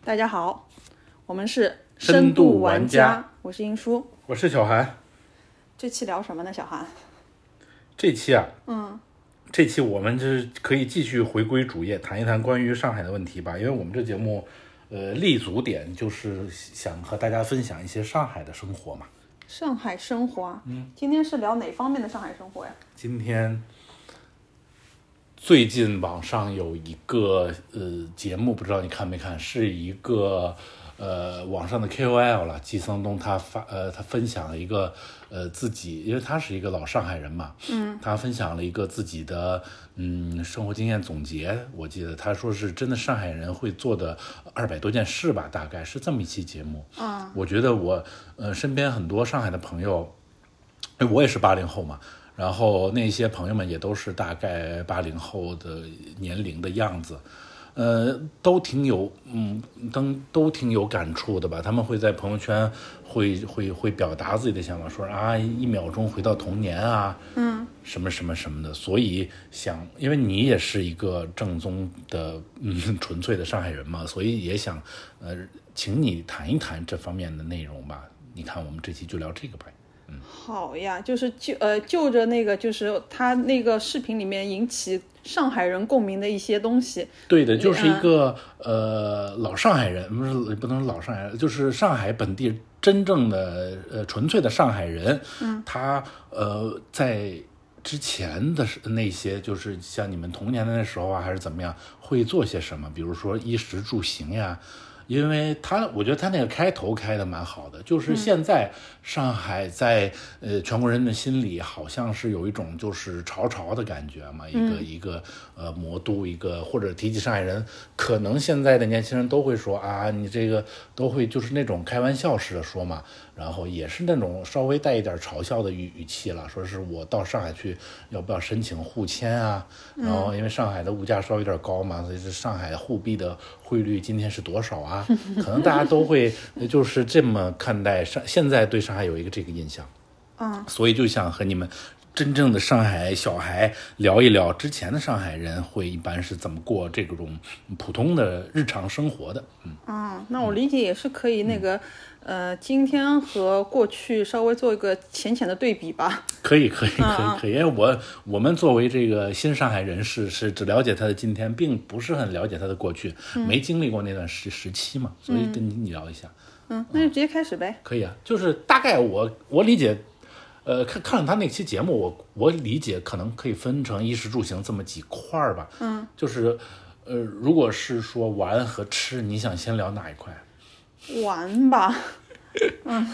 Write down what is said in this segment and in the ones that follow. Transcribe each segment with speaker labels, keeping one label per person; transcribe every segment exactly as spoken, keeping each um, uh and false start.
Speaker 1: 大家好，我们是
Speaker 2: 深度玩家，
Speaker 1: 我是英叔，
Speaker 2: 我是小韩。
Speaker 1: 这期聊什么呢？小韩，
Speaker 2: 这期啊，
Speaker 1: 嗯，
Speaker 2: 这期我们就是可以继续回归主页，谈一谈关于上海的问题吧。因为我们这节目，呃，立足点就是想和大家分享一些上海的生活嘛。
Speaker 1: 上海生活啊，嗯，今天是聊哪方面的上海生活呀？
Speaker 2: 今天最近网上有一个呃节目，不知道你看没看，是一个呃网上的 K O L 了，季桑东他发呃他分享了一个呃自己，因为他是一个老上海人嘛，嗯，他分享了一个自己的嗯生活经验总结，我记得他说是真的上海人会做的二百多件事吧，大概是这么一期节目。啊，我觉得我呃身边很多上海的朋友，因为我也是八零后嘛。然后那些朋友们也都是大概八零后的年龄的样子，呃，都挺有，嗯，都都挺有感触的吧。他们会在朋友圈会会会表达自己的想法，说啊，一秒钟回到童年啊，嗯，什么什么什么的。所以想，因为你也是一个正宗的，嗯，纯粹的上海人嘛，所以也想，呃，请你谈一谈这方面的内容吧。你看，我们这期就聊这个吧。
Speaker 1: 好呀，就是就呃就着那个就是他那个视频里面引起上海人共鸣的一些东西。
Speaker 2: 对的，就是一个、嗯、呃老上海人，不是不能老上海人，就是上海本地真正的呃纯粹的上海人。嗯，他呃在之前的那些，就是像你们童年的那时候啊，还是怎么样，会做些什么？比如说衣食住行呀。因为他，我觉得他那个开头开的蛮好的，就是现在上海在、嗯、呃全国人的心里好像是有一种就是潮潮的感觉嘛，一个、嗯、一个呃魔都，一个或者提起上海人，可能现在的年轻人都会说啊，你这个都会就是那种开玩笑式的说嘛，然后也是那种稍微带一点嘲笑的语语气了，说是我到上海去要不要申请沪签啊？然后因为上海的物价稍微有点高嘛，所以是上海沪币的汇率今天是多少啊？可能大家都会就是这么看待上，现在对上海有一个这个印象，嗯，所以就想和你们真正的上海小孩聊一聊之前的上海人会一般是怎么过这种普通的日常生活的。嗯，
Speaker 1: 嗯，那我理解也是可以那个、嗯、呃，今天和过去稍微做一个浅浅的对比吧。
Speaker 2: 可以可以可以可以，因为我我们作为这个新上海人士，是只了解他的今天，并不是很了解他的过去，嗯、没经历过那段时时期嘛，所以跟你你聊一下。
Speaker 1: 嗯，那就直接开始呗。
Speaker 2: 嗯、可以啊，就是大概我我理解。呃，看看了他那期节目，我我理解可能可以分成衣食住行这么几块吧。嗯，就是，呃，如果是说玩和吃，你想先聊哪一块？
Speaker 1: 玩吧。嗯。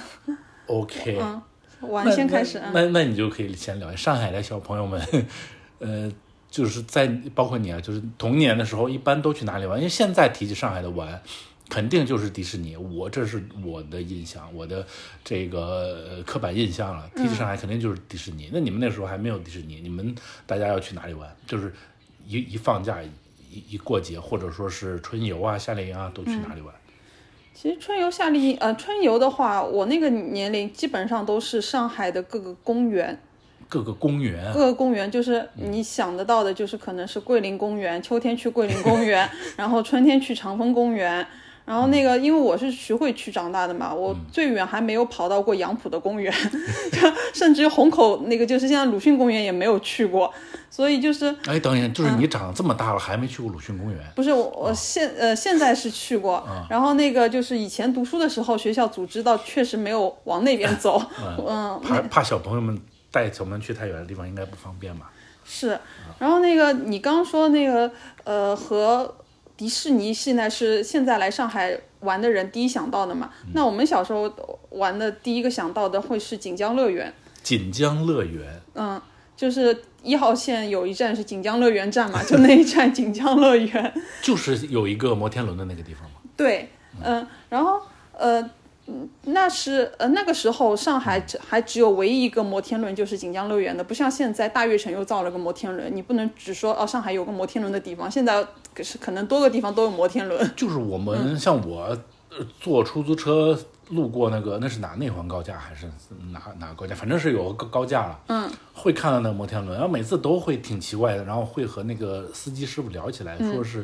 Speaker 2: OK。
Speaker 1: 嗯，玩先开始。
Speaker 2: 那那, 那, 那你就可以先聊上海的小朋友们，呃，就是在包括你啊，就是童年的时候一般都去哪里玩？因为现在提起上海的玩。肯定就是迪士尼，我这是我的印象，我的这个刻板印象了。提起上海肯定就是迪士尼、嗯、那你们那时候还没有迪士尼，你们大家要去哪里玩？就是一一放假一一过节，或者说是春游啊夏令营啊，都去哪里玩？
Speaker 1: 嗯、其实春游夏令营呃春游的话，我那个年龄基本上都是上海的各个公园。
Speaker 2: 各个公园、啊，
Speaker 1: 各个公园就是你想得到的，就是可能是桂林公园，秋天去桂林公园，然后春天去长风公园。然后那个，因为我是徐汇区长大的嘛，我最远还没有跑到过杨浦的公园，嗯、甚至虹口那个就是现在鲁迅公园也没有去过，所以就是，
Speaker 2: 哎，等一下，就是你长这么大了、嗯、还没去过鲁迅公园？
Speaker 1: 不是我，我现、哦、呃现在是去过、嗯，然后那个就是以前读书的时候，学校组织到确实没有往那边走，
Speaker 2: 嗯，嗯怕怕小朋友们带小朋友们去太远的地方应该不方便吧？
Speaker 1: 是，然后那个你刚说那个呃和。迪士尼现在是现在来上海玩的人第一想到的嘛、嗯、那我们小时候玩的第一个想到的会是锦江乐园。
Speaker 2: 锦江乐园，
Speaker 1: 嗯，就是一号线有一站是锦江乐园站嘛，就那一站锦江乐园
Speaker 2: 就是有一个摩天轮的那个地方嘛。
Speaker 1: 对，嗯、呃，然后呃那是呃那个时候上海只还只有唯一一个摩天轮就是锦江乐园的，不像现在大悦城又造了个摩天轮，你不能只说哦上海有个摩天轮的地方，现在是可能多个地方都有摩天轮。
Speaker 2: 就是我们、嗯、像我、呃、坐出租车路过那个那是哪内环高架还是哪哪个高架，反正是有个高架了，嗯，会看到那个摩天轮，然后每次都会挺奇怪的，然后会和那个司机师傅聊起来，嗯、说是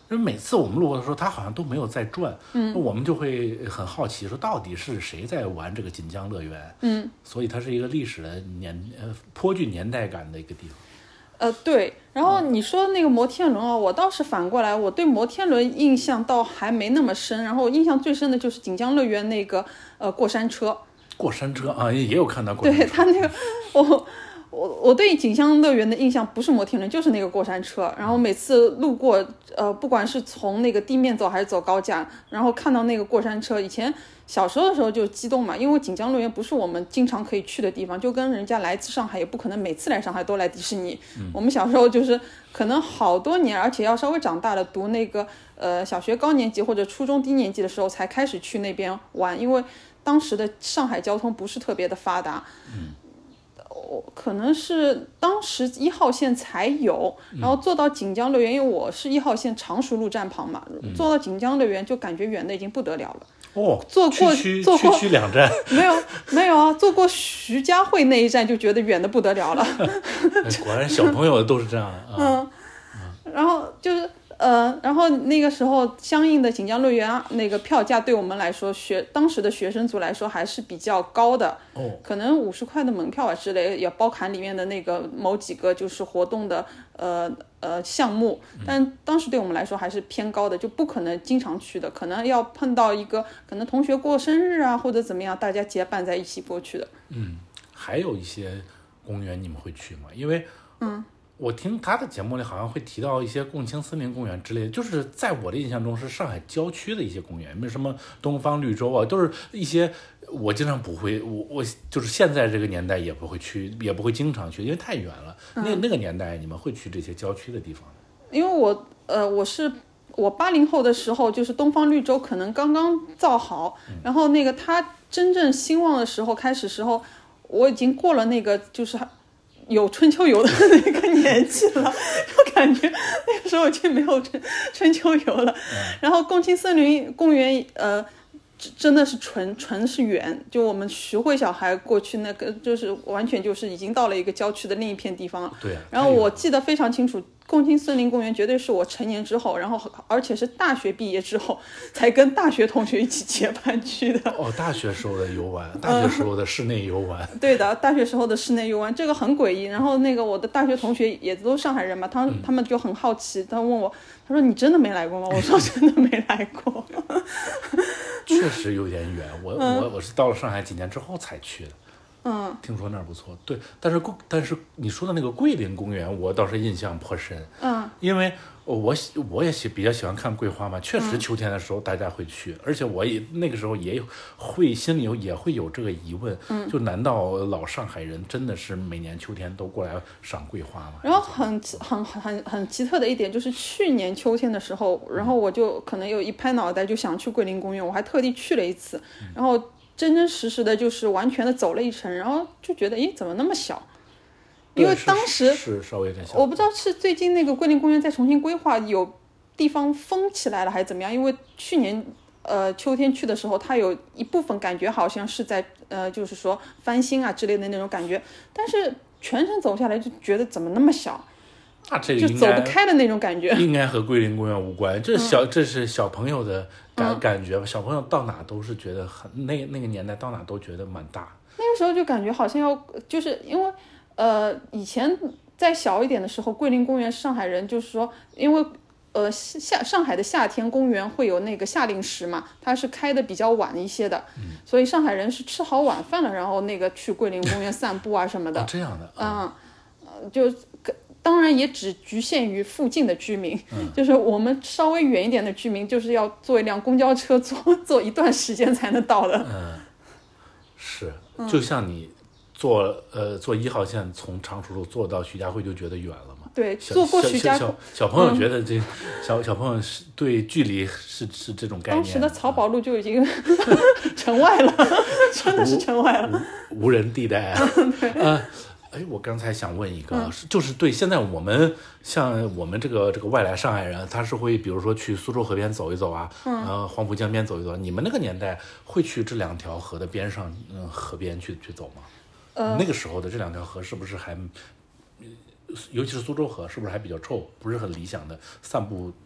Speaker 2: 因为每次我们路过的时候，它好像都没有在转，嗯，我们就会很好奇，说到底是谁在玩这个锦江乐园？
Speaker 1: 嗯，
Speaker 2: 所以它是一个历史的年呃颇具年代感的一个地方。
Speaker 1: 呃，对。然后你说那个摩天轮啊，我倒是反过来，我对摩天轮印象倒还没那么深。然后我印象最深的就是锦江乐园那个呃过山车。
Speaker 2: 过山车啊，也有看到过山车。
Speaker 1: 对他那个我。我我对锦江乐园的印象不是摩天轮，就是那个过山车。然后每次路过，呃，不管是从那个地面走还是走高架，然后看到那个过山车，以前小时候的时候就激动嘛，因为锦江乐园不是我们经常可以去的地方，就跟人家来自上海也不可能每次来上海都来迪士尼。嗯、我们小时候就是可能好多年，而且要稍微长大了，读那个呃小学高年级或者初中低年级的时候才开始去那边玩，因为当时的上海交通不是特别的发达。嗯。可能是当时一号线才有，然后坐到锦江乐园，因为我是一号线常熟路站旁嘛，嗯、坐到锦江乐园就感觉远的已经不得了了。
Speaker 2: 哦，
Speaker 1: 坐过
Speaker 2: 区
Speaker 1: 坐过
Speaker 2: 区区两站，
Speaker 1: 没有没有啊，坐过徐家汇那一站就觉得远的不得了了。
Speaker 2: 果然小朋友都是这样的啊。
Speaker 1: 嗯，然后就是。呃，然后那个时候相应的锦江乐园那个票价对我们来说，学当时的学生族来说还是比较高的，
Speaker 2: 哦，
Speaker 1: 可能五十块的门票啊之类，也包含里面的那个某几个就是活动的呃呃项目，但当时对我们来说还是偏高的，就不可能经常去的，可能要碰到一个可能同学过生日啊或者怎么样，大家结伴在一起过去的。
Speaker 2: 嗯，还有一些公园你们会去吗？因为嗯。我听他的节目里好像会提到一些共青森林公园之类的，就是在我的印象中是上海郊区的一些公园，没什么东方绿洲啊，都是一些我经常不会，我我就是现在这个年代也不会去，也不会经常去，因为太远了。嗯、那那个年代你们会去这些郊区的地方？
Speaker 1: 因为我呃我是我八零后的时候，就是东方绿洲可能刚刚造好，嗯、然后那个它真正兴旺的时候开始时候，我已经过了那个就是。有春秋游的那个年纪了，就感觉那个时候已经没有春春秋游了。嗯、然后共青森林公园，呃，真的是纯纯是远，就我们徐汇小孩过去那个，就是完全就是已经到了一个郊区的另一片地方了。
Speaker 2: 对、啊。
Speaker 1: 然后我记得非常清楚，共青森林公园绝对是我成年之后，然后而且是大学毕业之后，才跟大学同学一起结伴去的。
Speaker 2: 哦，大学时候的游玩，大学时候的室内游玩。
Speaker 1: 嗯、对的，大学时候的室内游玩，这个很诡异。然后那个我的大学同学也都是上海人嘛，他、嗯、他们就很好奇，他问我，他说你真的没来过吗？我说真的没来过。
Speaker 2: 确实有点远，我、嗯、我我是到了上海几年之后才去的。
Speaker 1: 嗯，
Speaker 2: 听说那儿不错，对，但是但是你说的那个桂林公园，我倒是印象颇深。
Speaker 1: 嗯，
Speaker 2: 因为我我也喜比较喜欢看桂花嘛，确实秋天的时候大家会去，嗯、而且我也那个时候也有会心里有也会有这个疑问，嗯，就难道老上海人真的是每年秋天都过来赏桂花吗？
Speaker 1: 然后很很很很奇特的一点就是去年秋天的时候，然后我就可能有一拍脑袋就想去桂林公园，我还特地去了一次，嗯、然后。真真实实的，就是完全的走了一程，然后就觉得，诶，怎么那么小？因为当时
Speaker 2: 是稍微有点小，
Speaker 1: 我不知道是最近那个桂林公园在重新规划，有地方封起来了还是怎么样？因为去年呃秋天去的时候，它有一部分感觉好像是在呃就是说翻新啊之类的那种感觉，但是全程走下来就觉得怎么那么小？
Speaker 2: 那这个
Speaker 1: 就走不开的那种感觉，
Speaker 2: 应该和桂林公园无关。这小、嗯、这是小朋友的感、嗯、感觉吧？小朋友到哪都是觉得很那那个年代到哪都觉得蛮大。
Speaker 1: 那个时候就感觉好像要就是因为呃以前再小一点的时候，桂林公园上海人就是说，因为呃夏上海的夏天公园会有那个夏令时嘛，它是开的比较晚一些的，嗯、所以上海人是吃好晚饭了，然后那个去桂林公园散步啊什么的。
Speaker 2: 哦、这样的。
Speaker 1: 嗯，呃、就。当然也只局限于附近的居民、嗯、就是我们稍微远一点的居民就是要坐一辆公交车坐坐一段时间才能到的。
Speaker 2: 嗯，是，就像你坐呃坐一号线从常熟路坐到徐家汇就觉得远了嘛。
Speaker 1: 对，坐过徐家汇，
Speaker 2: 小小朋友觉得这、嗯、小小朋友是对距离是是这种概念。
Speaker 1: 当时的漕宝路就已经城外了，真的是城外了，
Speaker 2: 无, 无人地带啊。
Speaker 1: 对。
Speaker 2: 呃哎，我刚才想问一个，嗯、就是对现在我们像我们这个这个外来上海人，他是会比如说去苏州河边走一走啊，嗯、呃，黄浦江边走一走。你们那个年代会去这两条河的边上，嗯，河边去去走吗？呃，那个时候的这两条河是不是还，尤其是苏州河，是不是还比较臭，不是很理想的散步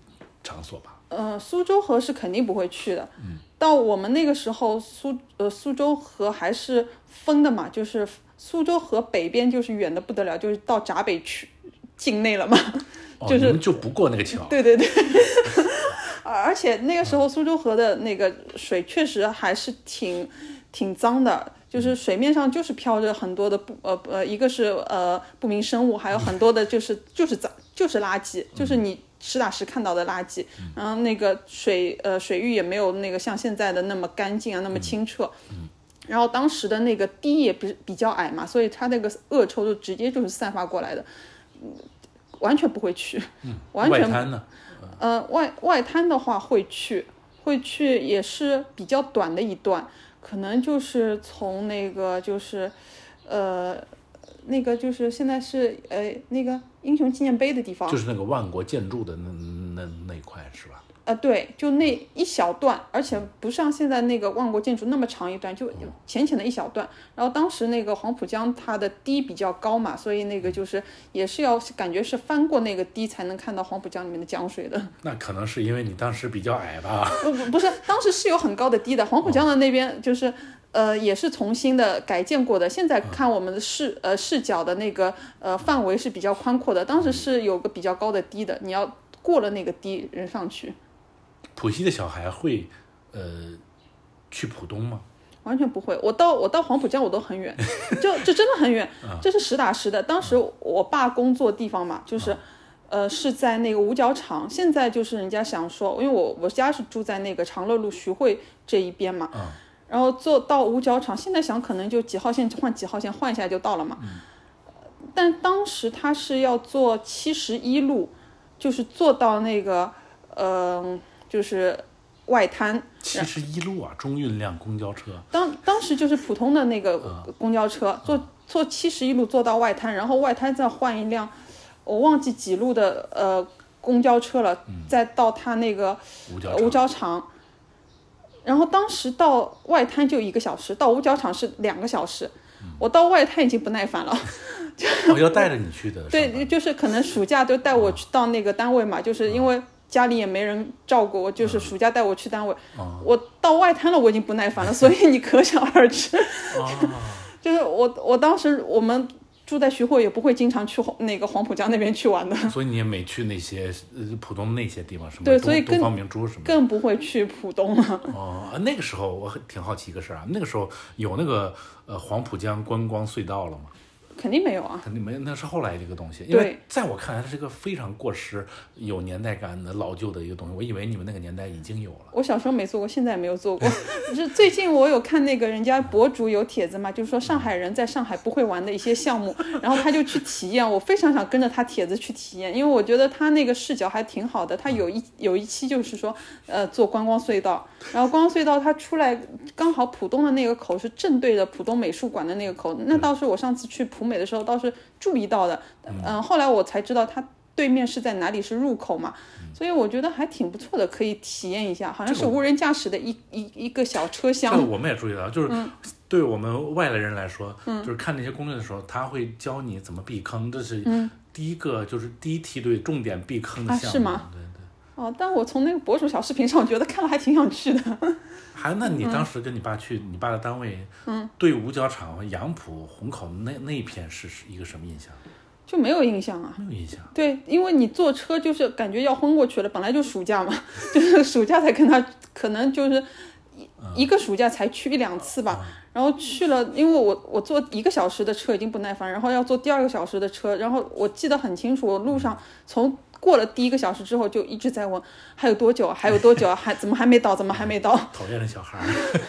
Speaker 2: 场所吧？
Speaker 1: 呃，苏州河是肯定不会去的。嗯，到我们那个时候，苏呃苏州河还是分的嘛，就是苏州河北边就是远的不得了，就是到闸北区境内了嘛。
Speaker 2: 哦，
Speaker 1: 就是
Speaker 2: 你们就不过那个桥。
Speaker 1: 对对对。而且那个时候苏州河的那个水确实还是挺挺脏的，就是水面上就是飘着很多的不呃呃，一个是呃不明生物，还有很多的就是就是脏就是垃圾，就是你实打实看到的垃圾。然后那个水呃水域也没有那个像现在的那么干净啊，那么清澈。然后当时的那个堤也比比较矮嘛，所以它那个恶臭就直接就是散发过来的，完全不会去。
Speaker 2: 嗯，
Speaker 1: 完全
Speaker 2: 外滩呢？
Speaker 1: 呃，外外滩的话会去，会去也是比较短的一段，可能就是从那个就是，呃，那个就是现在是呃那个英雄纪念碑的地方，
Speaker 2: 就是那个万国建筑的那那那一块是吧？
Speaker 1: 呃，对，就那一小段，而且不像现在那个万国建筑那么长一段，就浅浅的一小段。然后当时那个黄浦江它的堤比较高嘛，所以那个就是也是要感觉是翻过那个堤才能看到黄浦江里面的江水的。
Speaker 2: 那可能是因为你当时比较矮吧？
Speaker 1: 不不不是，当时是有很高的堤的，黄浦江的那边就是。呃，也是重新的改建过的。现在看我们的视呃视角的那个呃范围是比较宽阔的，当时是有个比较高的堤的，你要过了那个堤人上去。
Speaker 2: 浦西的小孩会呃去浦东吗？
Speaker 1: 完全不会，我到我到黄浦江我都很远，就就真的很远，这是实打实的。当时我爸工作地方嘛，就是。呃，是在那个五角场，现在就是人家想说，因为我我家是住在那个长乐路徐汇这一边嘛，然后坐到五角场，现在想可能就几号线换几号线换一下就到了嘛，嗯、但当时他是要坐七十一路，就是坐到那个呃，就是外滩。
Speaker 2: 七十一路啊，中运量公交车。
Speaker 1: 当当时就是普通的那个公交车，嗯、坐坐七十一路坐到外滩，然后外滩再换一辆。我忘记几路的呃公交车了，嗯、再到他那个五角场，然后当时到外滩就一个小时，到五角场是两个小时，嗯、我到外滩已经不耐烦了。
Speaker 2: 我、哦、要带着你去的。
Speaker 1: 对，就是可能暑假就带我去到那个单位嘛，哦、就是因为家里也没人照顾我，就是暑假带我去单位。哦、我到外滩了，我已经不耐烦了，所以你可想而知。哦、就是我我当时我们。住在徐汇也不会经常去那个黄浦江那边去玩的，
Speaker 2: 所以你也没去那些呃浦东那些地方，什么
Speaker 1: 对，所以更
Speaker 2: 东方明珠什么
Speaker 1: 更不会去浦东了。
Speaker 2: 哦，那个时候我很挺好奇一个事啊，那个时候有那个呃黄浦江观光隧道了吗？
Speaker 1: 肯定没有啊，
Speaker 2: 肯定没有，那是后来这个东西。因为在我看来，它是一个非常过时、有年代感的老旧的一个东西。我以为你们那个年代已经有了。
Speaker 1: 我小时候没做过，现在也没有做过。就是最近我有看那个人家博主有帖子嘛，就是说上海人在上海不会玩的一些项目，然后他就去体验。我非常想跟着他帖子去体验，因为我觉得他那个视角还挺好的。他有一有一期就是说，呃，做观光隧道，然后观光隧道他出来刚好浦东的那个口是正对着浦东美术馆的那个口，那倒是我上次去浦美的时候倒是注意到的，嗯、呃，后来我才知道它对面是在哪里是入口嘛，嗯、所以我觉得还挺不错的，可以体验一下，好像是无人驾驶的一、这个、一一个小车厢。
Speaker 2: 这个我们也注意到，就是对我们外来人来说，嗯、就是看那些攻略的时候，他会教你怎么避坑，这是第一个，就是第一梯队重点避坑的项目。啊、
Speaker 1: 是吗？
Speaker 2: 对对。
Speaker 1: 哦，但我从那个博主小视频上，我觉得看了还挺想去的。
Speaker 2: 还那你当时跟你爸去，嗯、你爸的单位，嗯，对五角场、杨浦、虹口那那一片是一个什么印象？
Speaker 1: 就没有印象啊，
Speaker 2: 没有印象。
Speaker 1: 对，因为你坐车就是感觉要昏过去了，本来就暑假嘛，就是暑假才跟他，可能就是一个暑假才去一两次吧。嗯、然后去了，因为我我坐一个小时的车已经不耐烦，然后要坐第二个小时的车，然后我记得很清楚，我路上从。过了第一个小时之后，就一直在问还有多久，还有多久，还怎么还没到，怎么还没到？
Speaker 2: 讨厌的小孩。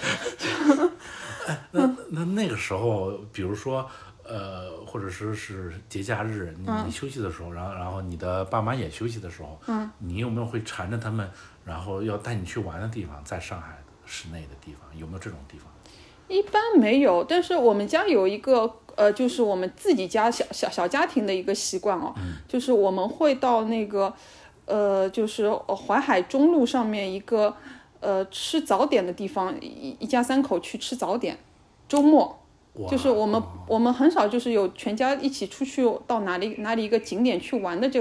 Speaker 2: 那那那个时候，比如说，呃，或者说是节假日，你你休息的时候，然后然后你的爸妈也休息的时候，嗯，你有没有会缠着他们，然后要带你去玩的地方，在上海市内的地方，有没有这种地方？
Speaker 1: 一般没有，但是我们家有一个呃，就是我们自己家小小小家庭的一个习惯哦，嗯、就是我们会到那个呃，就是淮海中路上面一个呃吃早点的地方，一一家三口去吃早点，周末就是我们、哦、我们很少就是有全家一起出去到哪里哪里一个景点去玩的这个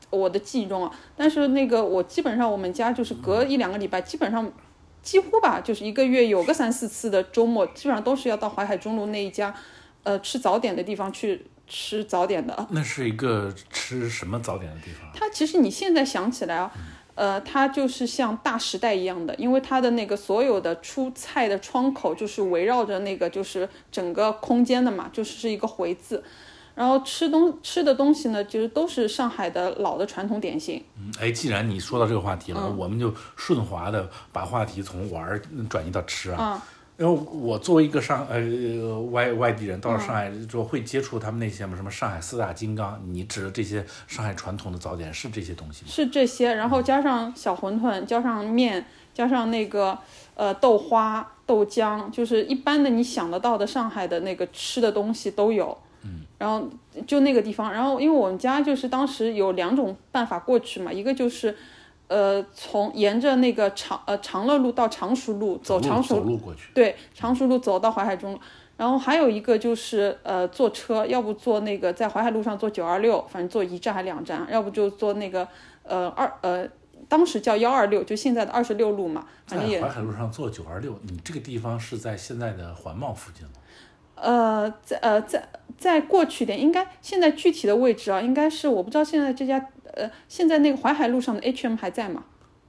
Speaker 1: 我的记忆中啊，但是那个我基本上我们家就是隔一两个礼拜，基本上几乎吧，就是一个月有个三四次的周末，基本上都是要到淮海中路那一家呃吃早点的地方去吃早点的。
Speaker 2: 那是一个吃什么早点的地方？
Speaker 1: 它其实你现在想起来啊，呃，它就是像大时代一样的，因为它的那个所有的出菜的窗口就是围绕着那个就是整个空间的嘛，就是是一个回字。然后吃东吃的东西呢，就是都是上海的老的传统点心。
Speaker 2: 嗯，哎，既然你说到这个话题了，
Speaker 1: 嗯、
Speaker 2: 我们就顺滑的把话题从玩转移到吃啊。
Speaker 1: 嗯
Speaker 2: 因为我作为一个上呃外外地人，到了上海之后会接触他们那些什么上海四大金刚，你指的这些上海传统的早点是这些东西吗？
Speaker 1: 是这些，然后加上小馄饨，加上面，加上那个呃豆花、豆浆，就是一般的你想得到的上海的那个吃的东西都有。嗯，然后就那个地方，然后因为我们家就是当时有两种办法过去嘛，一个就是呃，从沿着那个长呃长乐路到常熟路走常熟
Speaker 2: 走路过去，
Speaker 1: 对，常熟路走到淮海中路，然后还有一个就是呃坐车，要不坐那个在淮海路上坐九二六，反正坐一站还两站，要不就坐那个呃二呃当时叫幺二六，就现在的二十六路嘛，反正也
Speaker 2: 在淮海路上坐九二六，你这个地方是在现在的环贸附近吗？
Speaker 1: 呃，在呃在再过去一点，应该现在具体的位置啊，应该是我不知道现在这家。呃，现在那个淮海路上的 H M 还在吗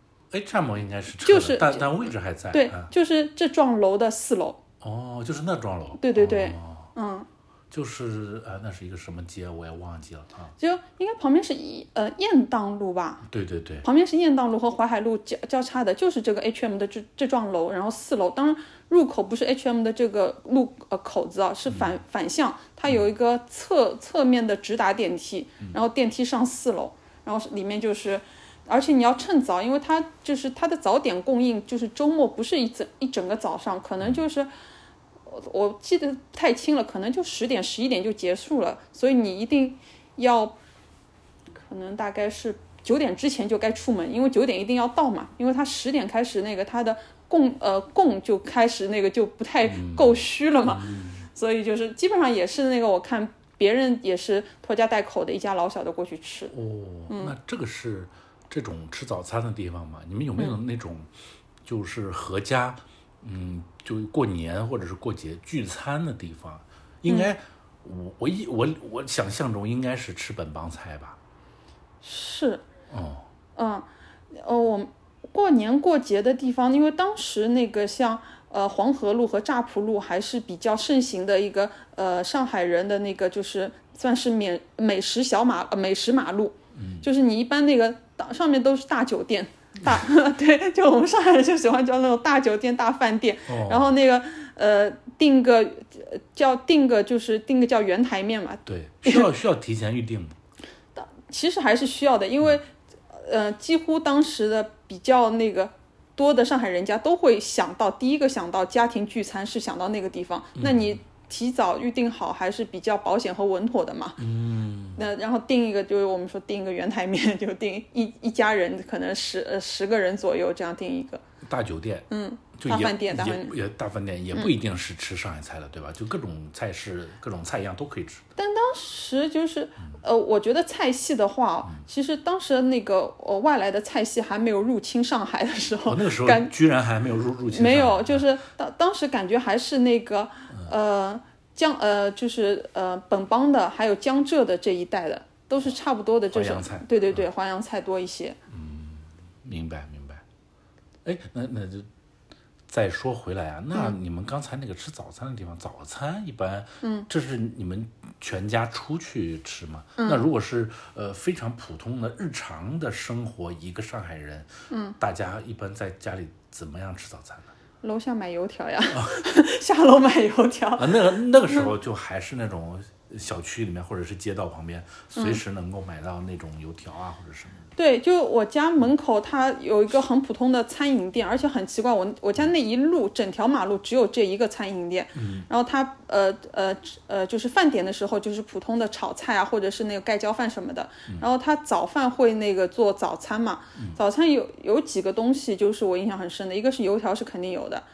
Speaker 2: ？H M 应该是撤了，
Speaker 1: 就是
Speaker 2: 但但位置还在。
Speaker 1: 对，
Speaker 2: 啊、
Speaker 1: 就是这幢楼的四楼。
Speaker 2: 哦，就是那幢楼。
Speaker 1: 对对对，
Speaker 2: 哦、
Speaker 1: 嗯，
Speaker 2: 就是呃，那是一个什么街，我也忘记了啊。
Speaker 1: 就应该旁边是一呃雁荡路吧？
Speaker 2: 对对对，
Speaker 1: 旁边是雁荡路和淮海路交交叉的，就是这个 H M 的这这幢楼，然后四楼，当然入口不是 H M 的这个路呃口子啊，是反、嗯、反向，它有一个侧侧面的直达电梯，然后电梯上四楼。然后里面就是，而且你要趁早，因为它就是它的早点供应，就是周末不是一整一整个早上，可能就是我我记得不太清了，可能就十点十一点就结束了，所以你一定要，可能大概是九点之前就该出门，因为九点一定要到嘛，因为它十点开始那个它的供呃供就开始那个就不太够虚了嘛，嗯、所以就是基本上也是那个我看。别人也是拖家带口的一家老小的过去吃
Speaker 2: 哦、
Speaker 1: 嗯，
Speaker 2: 那这个是这种吃早餐的地方吗？你们有没有那种就是合家，嗯，就过年或者是过节聚餐的地方？应该、嗯、我我一我我想象中应该是吃本帮菜吧？
Speaker 1: 是，
Speaker 2: 哦，
Speaker 1: 嗯，呃，我过年过节的地方，因为当时那个像。呃，黄河路和乍浦路还是比较盛行的一个呃上海人的那个就是算是免美食小马、呃、美食马路，嗯，就是你一般那个上面都是大酒店，大对，就我们上海人就喜欢叫那种大酒店、大饭店，
Speaker 2: 哦、
Speaker 1: 然后那个呃订个叫订个就是订个叫圆台面嘛，
Speaker 2: 对，需要需要提前预定吗？
Speaker 1: 其实还是需要的，因为呃几乎当时的比较那个。多的上海人家都会想到第一个想到家庭聚餐是想到那个地方，嗯、那你提早预定好还是比较保险和稳妥的嘛。
Speaker 2: 嗯，
Speaker 1: 那然后订一个就是我们说订一个圆台面，就订一一家人可能十呃十个人左右这样订一个
Speaker 2: 大酒店，
Speaker 1: 嗯，
Speaker 2: 就
Speaker 1: 大饭店，大饭
Speaker 2: 店也大饭店也不一定是吃上海菜的，嗯、对吧？就各种菜式、各种菜样都可以吃。
Speaker 1: 但当时就是呃，我觉得菜系的话，嗯、其实当时那个呃外来的菜系还没有入侵上海的时候，
Speaker 2: 哦、那个时候居然还没有入入侵上海。
Speaker 1: 没有，就是当当时感觉还是那个呃江呃就是呃本帮的，还有江浙的这一带的，都是差不多的，就是对对对，淮扬菜多一些。
Speaker 2: 嗯，明白明白。哎，那那就。再说回来啊，那你们刚才那个吃早餐的地方，嗯、早餐一般，嗯，这是你们全家出去吃吗？嗯、那如果是呃非常普通的日常的生活，一个上海人，嗯，大家一般在家里怎么样吃早餐呢？
Speaker 1: 楼下买油条呀，哦、下楼买油条。
Speaker 2: 啊，那个那个时候就还是那种小区里面或者是街道旁边，嗯、随时能够买到那种油条啊或者什么。
Speaker 1: 对，就我家门口它有一个很普通的餐饮店，而且很奇怪，我我家那一路整条马路只有这一个餐饮店，嗯，然后它呃呃呃就是饭点的时候就是普通的炒菜啊，或者是那个盖浇饭什么的，嗯、然后它早饭会那个做早餐嘛，嗯、早餐有有几个东西就是我印象很深的，一个是油条是肯定有的，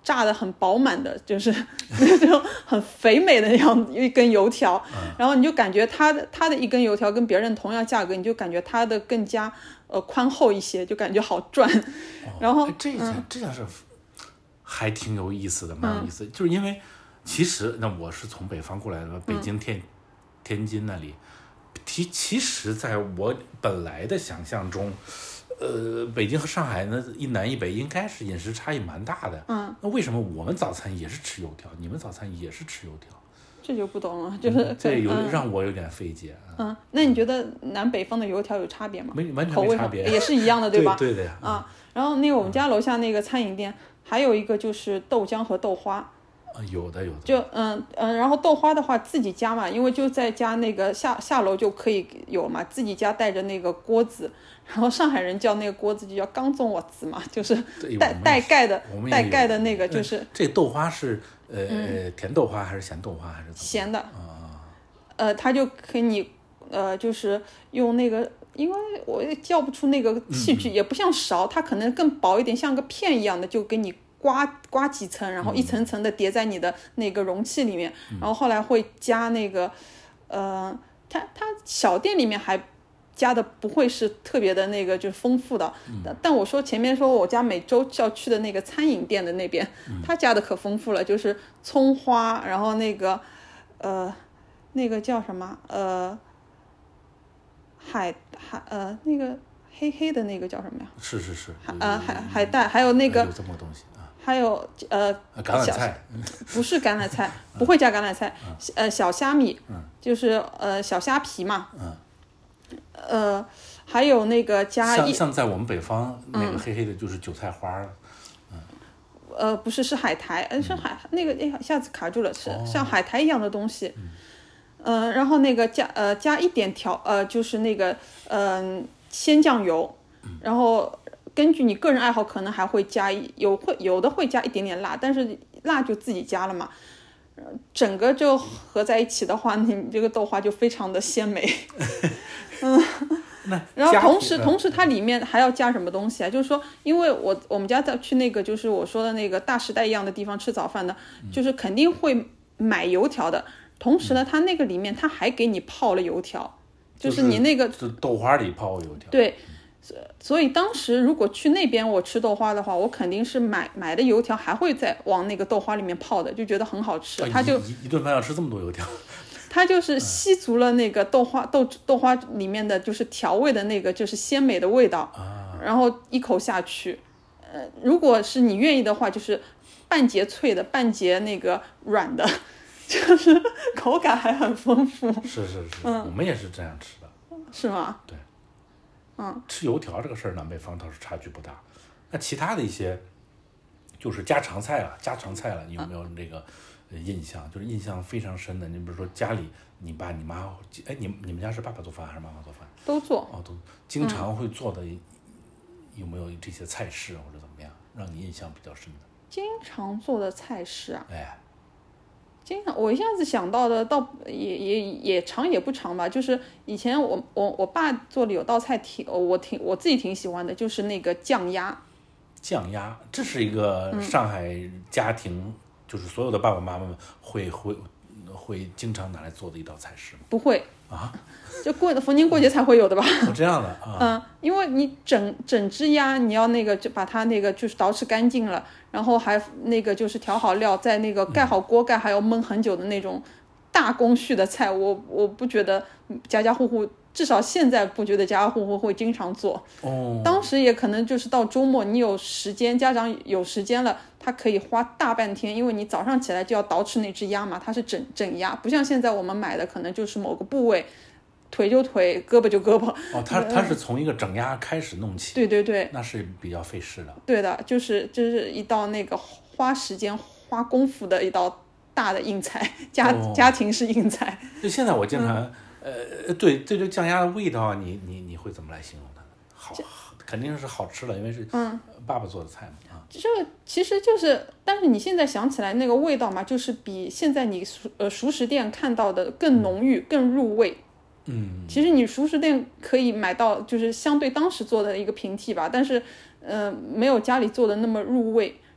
Speaker 1: 炸的很饱满的，就是那种很肥美的那样一根油条，
Speaker 2: 嗯、
Speaker 1: 然后你就感觉它的它的一根油条跟别人同样价格，你就感觉它的更加呃宽厚一些，就感觉好赚。哦、然后
Speaker 2: 这件、嗯、这件事还挺有意思的，蛮有意思的、嗯，就是因为其实那我是从北方过来的，北京天、嗯、天津那里，其其实在我本来的想象中。呃，北京和上海呢，一南一北应该是饮食差异蛮大的。
Speaker 1: 嗯，
Speaker 2: 那为什么我们早餐也是吃油条，你们早餐也是吃油条？
Speaker 1: 这就不懂了，就是、
Speaker 2: 嗯、这有、
Speaker 1: 嗯、
Speaker 2: 让我有点费解。
Speaker 1: 嗯，那你觉得南北方的油条有差别吗？
Speaker 2: 没，完全没差别，
Speaker 1: 也是一样的，对吧？
Speaker 2: 对对的呀。
Speaker 1: 啊，然后那个我们家楼下那个餐饮店、嗯、还有一个就是豆浆和豆花。
Speaker 2: 有的有的，
Speaker 1: 就嗯嗯，然后豆花的话自己加嘛，因为就在家那个下下楼就可以有嘛，自己家带着那个锅子，然后上海人叫那个锅子就叫缸中瓦子嘛，就是带带盖的带盖的那个，就是、
Speaker 2: 嗯、这豆花是呃、嗯、甜豆花还是咸豆花还是
Speaker 1: 咸的
Speaker 2: 啊？
Speaker 1: 呃，他就给你呃就是用那个。因为我也叫不出那个器具、嗯、也不像勺，它可能更薄一点，像个片一样的，就给你刮刮几层，然后一层层的叠在你的那个容器里面、嗯、然后后来会加那个呃它它小店里面还加的不会是特别的那个就是丰富的、嗯、但我说前面说我家每周要去的那个餐饮店的那边、嗯、它加的可丰富了，就是葱花，然后那个呃那个叫什么呃海海呃那个黑黑的那个叫什么呀？
Speaker 2: 是是是，
Speaker 1: 呃海海带，还有那个
Speaker 2: 有这么个东西啊，
Speaker 1: 还有呃
Speaker 2: 橄榄菜，
Speaker 1: 不是橄榄菜，不会加橄榄菜，嗯、呃小虾米，嗯、就是呃小虾皮嘛，嗯、呃还有那个加
Speaker 2: 像像在我们北方、嗯、那个黑黑的就是韭菜花，
Speaker 1: 嗯，呃不是是海苔，呃是海、嗯、那个哎一下子卡住了，是、哦、像海苔一样的东西。嗯呃，然后那个加呃加一点调呃就是那个嗯、呃、鲜酱油，然后根据你个人爱好可能还会加有会有的会加一点点辣，但是辣就自己加了嘛，整个就合在一起的话，你这个豆花就非常的鲜美。嗯，然后同时同时它里面还要加什么东西啊？就是说，因为我我们家在去那个就是我说的那个大时代一样的地方吃早饭的，就是肯定会买油条的。同时呢，它那个里面它还给你泡了油条，就是你那个
Speaker 2: 豆花里泡油条。
Speaker 1: 对，所以当时如果去那边我吃豆花的话，我肯定是买买的油条还会再往那个豆花里面泡的，就觉得很好吃。
Speaker 2: 啊、
Speaker 1: 它就
Speaker 2: 一一顿饭要吃这么多油条，
Speaker 1: 它就是吸足了那个豆花、嗯、豆豆花里面的就是调味的那个就是鲜美的味道，
Speaker 2: 啊、
Speaker 1: 然后一口下去，呃，如果是你愿意的话，就是半截脆的，半截那个软的。就是口感还很丰富，
Speaker 2: 是是是、嗯，我们也是这样吃的，
Speaker 1: 是吗？
Speaker 2: 对，
Speaker 1: 嗯，
Speaker 2: 吃油条这个事儿，南北方倒是差距不大。那其他的一些就是家常菜了，家常菜了，你有没有这个印象？嗯、就是印象非常深的，你比如说家里你爸你妈，哎，你你们家是爸爸做饭还是妈妈做饭？
Speaker 1: 都做
Speaker 2: 哦，都经常会做的、嗯，有没有这些菜式或者怎么样，让你印象比较深的？
Speaker 1: 经常做的菜式啊，
Speaker 2: 哎。
Speaker 1: 经常我一下子想到的倒也也也长也不长吧，就是以前我我我爸做的有道菜挺我挺我自己挺喜欢的，就是那个酱鸭。
Speaker 2: 酱鸭，这是一个上海家庭，嗯、就是所有的爸爸妈妈们会会会经常拿来做的一道菜式吗？
Speaker 1: 不会
Speaker 2: 啊，
Speaker 1: 就过逢年过节才会有的吧？
Speaker 2: 哦，这样的啊。
Speaker 1: 嗯，因为你整整只鸭，你要那个就把它那个就是捯饬干净了。然后还那个就是调好料，在那个盖好锅盖，还要焖很久的那种大工序的菜，我我不觉得家家户户，至少现在不觉得家家户户会经常做。
Speaker 2: 哦，
Speaker 1: 当时也可能就是到周末你有时间，家长有时间了，他可以花大半天，因为你早上起来就要捯饬那只鸭嘛，它是整整鸭，不像现在我们买的可能就是某个部位。腿就腿，胳膊就胳膊。
Speaker 2: 哦，他他是从一个整鸭开始弄起。
Speaker 1: 对对对，
Speaker 2: 那是比较费事的。对
Speaker 1: 的，就是就是一道那个花时间、花功夫的一道大的硬菜，家、哦、家庭式硬菜。
Speaker 2: 就现在我经常，嗯、呃，对对对，酱鸭的味道，你你你会怎么来形容它呢？好，肯定是好吃了，因为是嗯爸爸做的菜嘛啊。
Speaker 1: 这其实就是，但是你现在想起来那个味道嘛，就是比现在你呃熟食店看到的更浓郁、嗯、更入味。
Speaker 2: 嗯，
Speaker 1: 其实你熟食店可以买到，就是相对当时做的一个平替吧，但是，呃，没有家里做的那么入味。然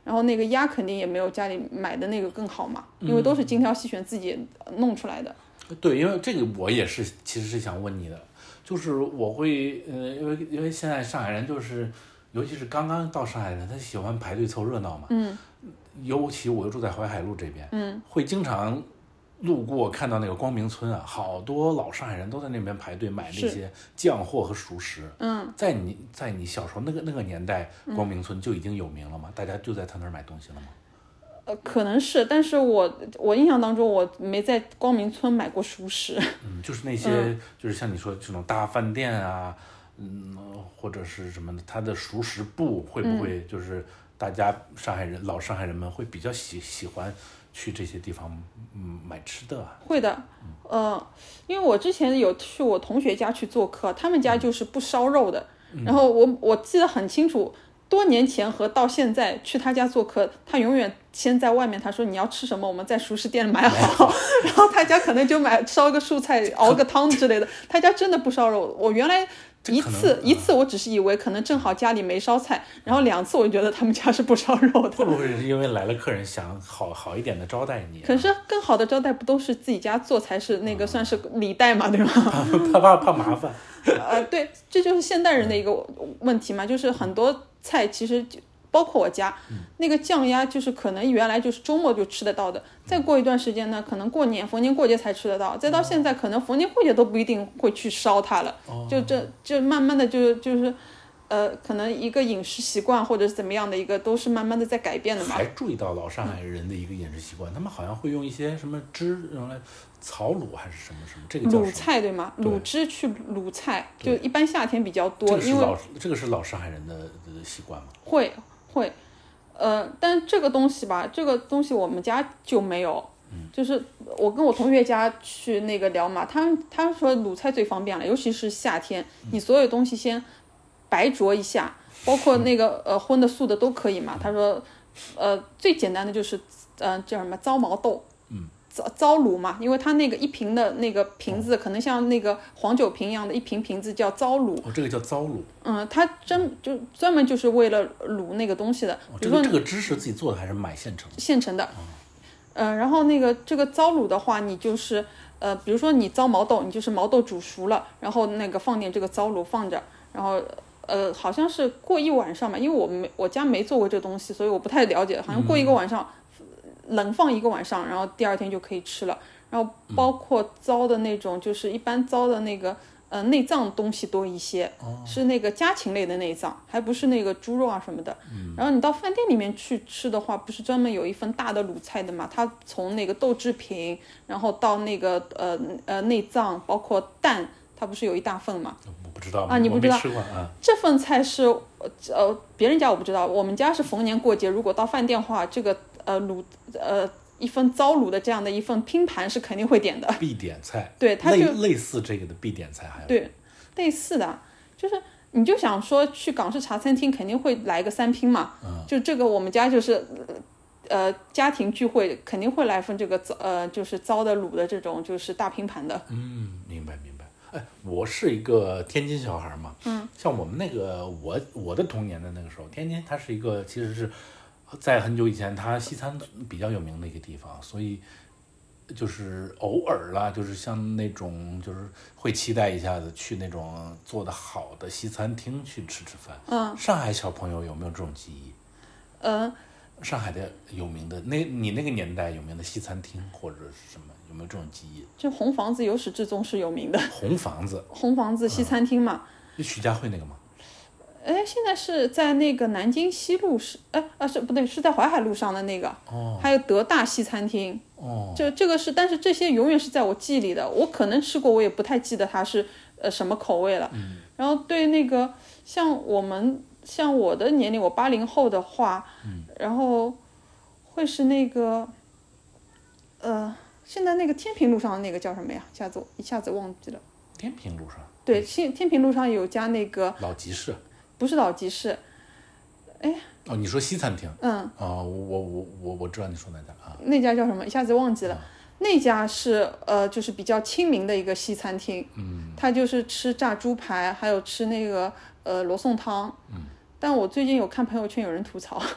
Speaker 1: 然后那个鸭肯定也没有家里买的那个更好嘛，因为都是精挑细选自己弄出来的。
Speaker 2: 嗯、对，因为这个我也是，其实是想问你的，就是我会，呃，因为因为现在上海人就是，尤其是刚刚到上海人，他喜欢排队凑热闹嘛。
Speaker 1: 嗯。
Speaker 2: 尤其我又住在淮海路这边，
Speaker 1: 嗯，
Speaker 2: 会经常路过看到那个光明村啊，好多老上海人都在那边排队买那些酱货和熟食。
Speaker 1: 嗯，
Speaker 2: 在你在你小时候那个那个年代，光明村就已经有名了吗？嗯、大家就在他那儿买东西了吗？
Speaker 1: 呃，可能是，但是我我印象当中我没在光明村买过熟食。
Speaker 2: 嗯，就是那些、嗯、就是像你说这种大饭店啊，嗯，或者是什么的，它的熟食部会不会就是大家上海人、嗯、老上海人们会比较喜喜欢去这些地方嗯买吃的啊？
Speaker 1: 会的，呃，因为我之前有去我同学家去做客，他们家就是不烧肉的，嗯、然后我我记得很清楚。多年前和到现在去他家做客，他永远先在外面他说你要吃什么我们在熟食店买好，然后他家可能就买烧个蔬菜熬个汤之类的，他家真的不烧肉。我原来一次一次我只是以为可能正好家里没烧菜，然后两次我觉得他们家是不烧肉的。
Speaker 2: 会不会是因为来了客人想好好一点的招待你、啊？
Speaker 1: 可是更好的招待不都是自己家做才是那个算是礼待嘛，对吗？
Speaker 2: 怕怕怕麻烦。
Speaker 1: 呃，对，这就是现代人的一个问题嘛，就是很多菜其实包括我家、嗯、那个酱鸭，就是可能原来就是周末就吃得到的，再过一段时间呢，可能过年逢年过节才吃得到，再到现在可能逢年过节都不一定会去烧它了，哦、就这就慢慢的就就是呃，可能一个饮食习惯或者是怎么样的一个都是慢慢的在改变的嘛。
Speaker 2: 还注意到老上海人的一个饮食习惯、嗯、他们好像会用一些什么汁用来草卤还是什么什么，这个叫
Speaker 1: 卤菜对吗？卤汁去卤菜，就一般夏天比较多。
Speaker 2: 这个是老
Speaker 1: 因为
Speaker 2: 这个是老上海人的的习惯吗？
Speaker 1: 会会，呃，但这个东西吧，这个东西我们家就没有。嗯、就是我跟我同学家去那个聊嘛，他们他说卤菜最方便了，尤其是夏天，你所有东西先白灼一下，包括那个呃荤的素的都可以嘛。他说，呃，最简单的就是呃叫什么糟毛豆。糟糟卤嘛，因为它那个一瓶的那个瓶子、哦、可能像那个黄酒瓶一样的一瓶瓶子叫糟卤。
Speaker 2: 哦，这个叫糟卤。
Speaker 1: 嗯，它真就专门就是为了卤那个东西的。
Speaker 2: 哦、这个这个汁是自己做的还是买现成的？
Speaker 1: 现成的。嗯、呃，然后那个这个糟卤的话，你就是呃，比如说你糟毛豆，你就是毛豆煮熟了，然后那个放点这个糟卤放着，然后呃，好像是过一晚上嘛，因为我没我家没做过这个东西，所以我不太了解，好像过一个晚上。嗯冷放一个晚上，然后第二天就可以吃了。然后包括糟的那种，就是一般糟的那个呃内脏东西多一些，哦、是那个家禽类的内脏，还不是那个猪肉啊什么的。嗯、然后你到饭店里面去吃的话，不是专门有一份大的卤菜的嘛？它从那个豆制品，然后到那个呃呃内脏，包括蛋，它不是有一大份嘛？
Speaker 2: 我不知道
Speaker 1: 啊，你不知道？
Speaker 2: 我没吃过啊。
Speaker 1: 这份菜是呃别人家我不知道，我们家是逢年过节，如果到饭店的话，这个。呃，卤呃一份糟卤的这样的一份拼盘是肯定会点的，
Speaker 2: 必点菜。
Speaker 1: 对，它就
Speaker 2: 类类似这个的必点菜还有
Speaker 1: 对类似的，就是你就想说去港式茶餐厅肯定会来个三拼嘛，嗯，就这个我们家就是呃家庭聚会肯定会来份这个呃就是糟的卤的这种就是大拼盘的。
Speaker 2: 嗯，明白明白。哎，我是一个天津小孩嘛，嗯，像我们那个我我的童年的那个时候，天津它是一个其实是。在很久以前，它西餐比较有名的一个地方，所以就是偶尔啦，就是像那种就是会期待一下子去那种做得好的西餐厅去吃吃饭。嗯，上海小朋友有没有这种记忆？
Speaker 1: 嗯，
Speaker 2: 上海的有名的那你那个年代有名的西餐厅或者是什么，有没有这种记忆？
Speaker 1: 就红房子由始至终是有名的。
Speaker 2: 红房子，
Speaker 1: 红房子西餐厅嘛，
Speaker 2: 就徐家汇那个吗？
Speaker 1: 哎，现在是在那个南京西路是，哎啊是不对，是在淮海路上的那个，哦，还有德大西餐厅，哦，这这个是，但是这些永远是在我记忆里的，我可能吃过，我也不太记得它是呃什么口味了。嗯，然后对那个像我们像我的年龄，我八零后的话，嗯，然后会是那个，呃，现在那个天平路上的那个叫什么呀？一下子一下子忘记了。
Speaker 2: 天平路上。
Speaker 1: 对，天天平路上有家那个
Speaker 2: 老集市。
Speaker 1: 不是老集市，哎，
Speaker 2: 哦，你说西餐厅，
Speaker 1: 嗯，
Speaker 2: 哦，我我我我知道你说那家啊，
Speaker 1: 那家叫什么？一下子忘记了。啊、那家是呃，就是比较亲民的一个西餐厅，嗯，他就是吃炸猪排，还有吃那个呃罗宋汤，嗯，但我最近有看朋友圈有人吐槽，对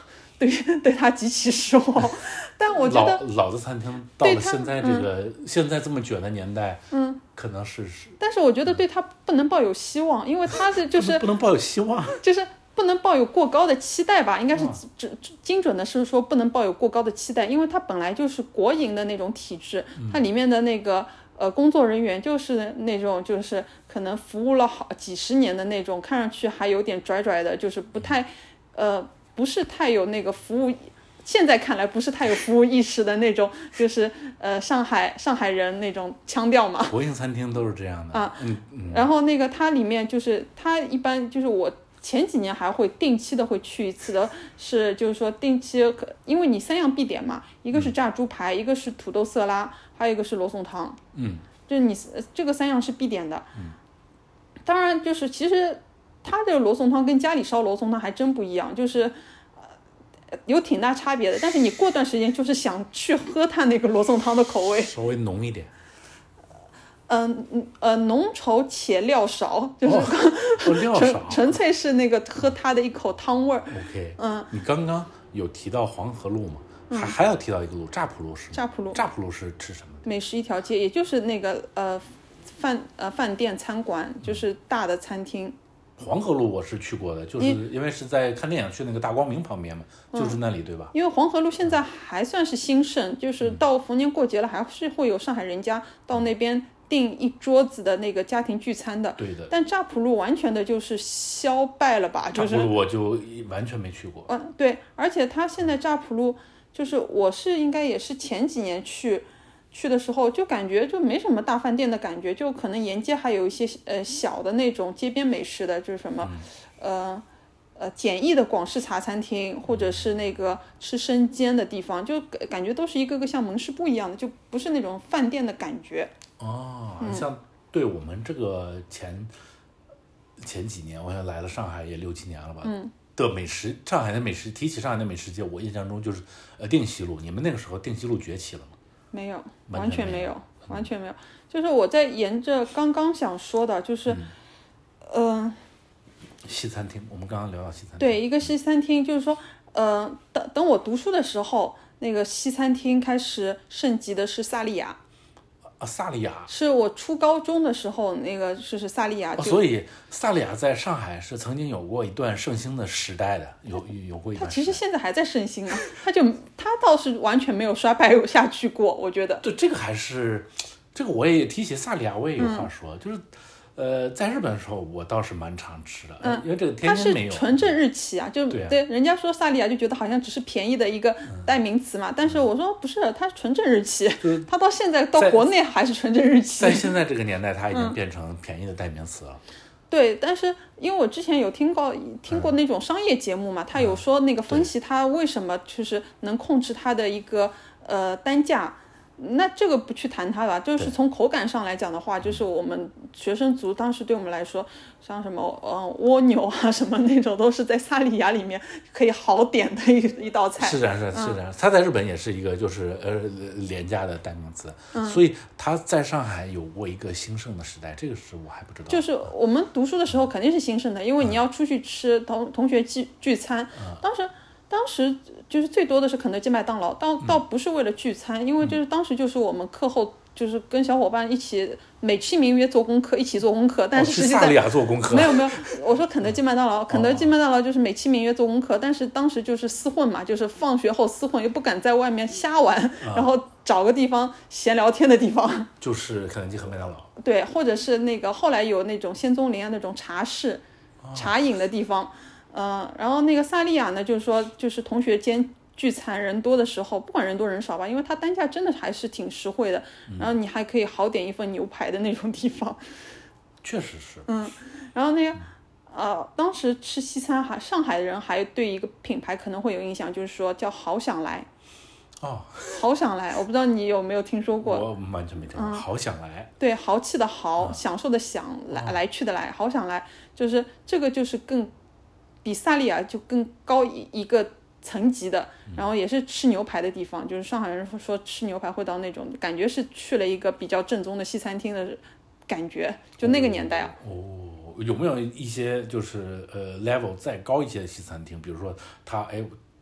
Speaker 1: 对对他极其失望。但我觉得
Speaker 2: 老老的餐厅到了现在这个、嗯、现在这么卷的年代，嗯，可能是是。
Speaker 1: 但是我觉得对他不能抱有希望，因为他是就是
Speaker 2: 不能抱有希望，
Speaker 1: 就是不能抱有过高的期待吧，应该是精精准的是说不能抱有过高的期待，因为它本来就是国营的那种体制，它里面的那个呃工作人员就是那种就是可能服务了好几十年的那种，看上去还有点拽拽的，就是不太呃不是太有那个服务。现在看来不是太有服务意识的那种，就是呃上海上海人那种腔调嘛。
Speaker 2: 国营餐厅都是这样的
Speaker 1: 啊，
Speaker 2: 嗯嗯。
Speaker 1: 然后那个它里面就是它一般就是我前几年还会定期的会去一次的，是就是说定期，因为你三样必点嘛，一个是炸猪排，一个是土豆色拉，还有一个是罗宋汤。
Speaker 2: 嗯，
Speaker 1: 就是你这个三样是必点的。
Speaker 2: 嗯，
Speaker 1: 当然就是其实它这个罗宋汤跟家里烧罗宋汤还真不一样，就是。有挺大差别的，但是你过段时间就是想去喝它那个罗宋汤的口味，
Speaker 2: 稍微浓一点。
Speaker 1: 嗯呃, 呃浓稠且料少，就是、
Speaker 2: 哦哦、料少，
Speaker 1: 纯粹是那个喝它的一口汤味儿。
Speaker 2: OK，
Speaker 1: 嗯，
Speaker 2: 你刚刚有提到黄河路吗？嗯、还还要提到一个路，乍浦路是吗？
Speaker 1: 乍浦路，
Speaker 2: 乍浦路是吃什么的？
Speaker 1: 美食一条街，也就是那个呃饭呃饭店餐馆，就是大的餐厅。
Speaker 2: 黄河路我是去过的，就是因为是在看电影去那个大光明旁边嘛，嗯、就是那里对吧？
Speaker 1: 因为黄河路现在还算是兴盛，就是到逢年过节了，还是会有上海人家到那边订一桌子的那个家庭聚餐的。
Speaker 2: 对的。
Speaker 1: 但乍浦路完全的就是消败了吧？就是
Speaker 2: 乍浦路我就完全没去过。
Speaker 1: 嗯，对，而且它现在乍浦路就是我是应该也是前几年去。去的时候就感觉就没什么大饭店的感觉，就可能沿街还有一些呃小的那种街边美食的，就是什么，呃呃简易的广式茶餐厅，或者是那个吃生煎的地方，就感觉都是一个个像门市部一样的，就不是那种饭店的感觉。
Speaker 2: 哦，像对我们这个前前几年，我想来了上海也六七年了吧。
Speaker 1: 嗯。
Speaker 2: 的美食，上海的美食，提起上海的美食街，我印象中就是呃定西路，你们那个时候定西路崛起了吗？
Speaker 1: 没有，完全没有，完全没有。就是我在沿着刚刚想说的，就是，嗯、呃，
Speaker 2: 西餐厅，我们刚刚聊到西餐厅。
Speaker 1: 对，一个西餐厅，就是说，呃，等等我读书的时候，那个西餐厅开始盛极的是萨莉亚。
Speaker 2: 啊，萨莉亚
Speaker 1: 是我初高中的时候，那个就是萨莉亚、
Speaker 2: 哦。所以萨莉亚在上海是曾经有过一段盛兴的时代的，有有过一段时代。
Speaker 1: 它其实现在还在盛兴啊，它就它倒是完全没有衰败下去过，我觉得。
Speaker 2: 对，这个还是这个我也提起萨莉亚，我也有话说，嗯、就是。呃，在日本的时候，我倒是蛮常吃的，嗯，因为这个天津没有。
Speaker 1: 它是纯正日企啊，就
Speaker 2: 对, 啊
Speaker 1: 对，人家说萨莉亚就觉得好像只是便宜的一个代名词嘛，嗯、但是我说不是，它纯正日企，它到现在到国内还是纯正日企。
Speaker 2: 在现在这个年代，它已经变成便宜的代名词了。
Speaker 1: 嗯、对，但是因为我之前有听过听过那种商业节目嘛，他、嗯、有说那个分析它为什么就是能控制它的一个呃单价。那这个不去谈它吧，就是从口感上来讲的话，就是我们学生族当时对我们来说，像什么呃蜗牛啊什么那种，都是在萨莉亚里面可以好点的一一道菜。
Speaker 2: 是这样，是是这样。它在日本也是一个就是呃廉价的代名词，嗯、所以它在上海有过一个兴盛的时代，这个是我还不知道。
Speaker 1: 就是我们读书的时候肯定是兴盛的，因为你要出去吃同同学聚聚餐，嗯、当时。当时就是最多的是肯德基、麦当劳，倒倒不是为了聚餐，嗯、因为就是当时就是我们课后就是跟小伙伴一起美其名曰做功课，一起做功课，但是实际上、
Speaker 2: 哦、去萨莉亚做功课
Speaker 1: 没有没有，我说肯德基、麦当劳，肯德基、麦当劳就是美其名曰做功课，但是当时就是厮混嘛，就是放学后厮混，又不敢在外面瞎玩，啊、然后找个地方闲聊天的地方，
Speaker 2: 就是肯德基和麦当劳。
Speaker 1: 对，或者是那个后来有那种仙踪林啊那种茶室、茶饮的地方。呃，然后那个萨莉亚呢，就是说，就是同学间聚餐人多的时候，不管人多人少吧，因为它单价真的还是挺实惠的，嗯、然后你还可以好点一份牛排的那种地方。
Speaker 2: 确实是。
Speaker 1: 嗯，然后那个呃，当时吃西餐还上海人还对一个品牌可能会有印象，就是说叫好想来。
Speaker 2: 哦，
Speaker 1: 好想来，我不知道你有没有听说过。
Speaker 2: 我完全没听过。嗯、好想来。
Speaker 1: 对，豪气的豪，嗯、享受的享，来、哦、来去的来，好想来，就是这个就是更。比萨莉亚就更高一个层级的，然后也是吃牛排的地方，就是上海人说吃牛排会到那种感觉是去了一个比较正宗的西餐厅的感觉，就那个年代啊。
Speaker 2: 哦，哦有没有一些就是呃 level 再高一些的西餐厅，比如说它哎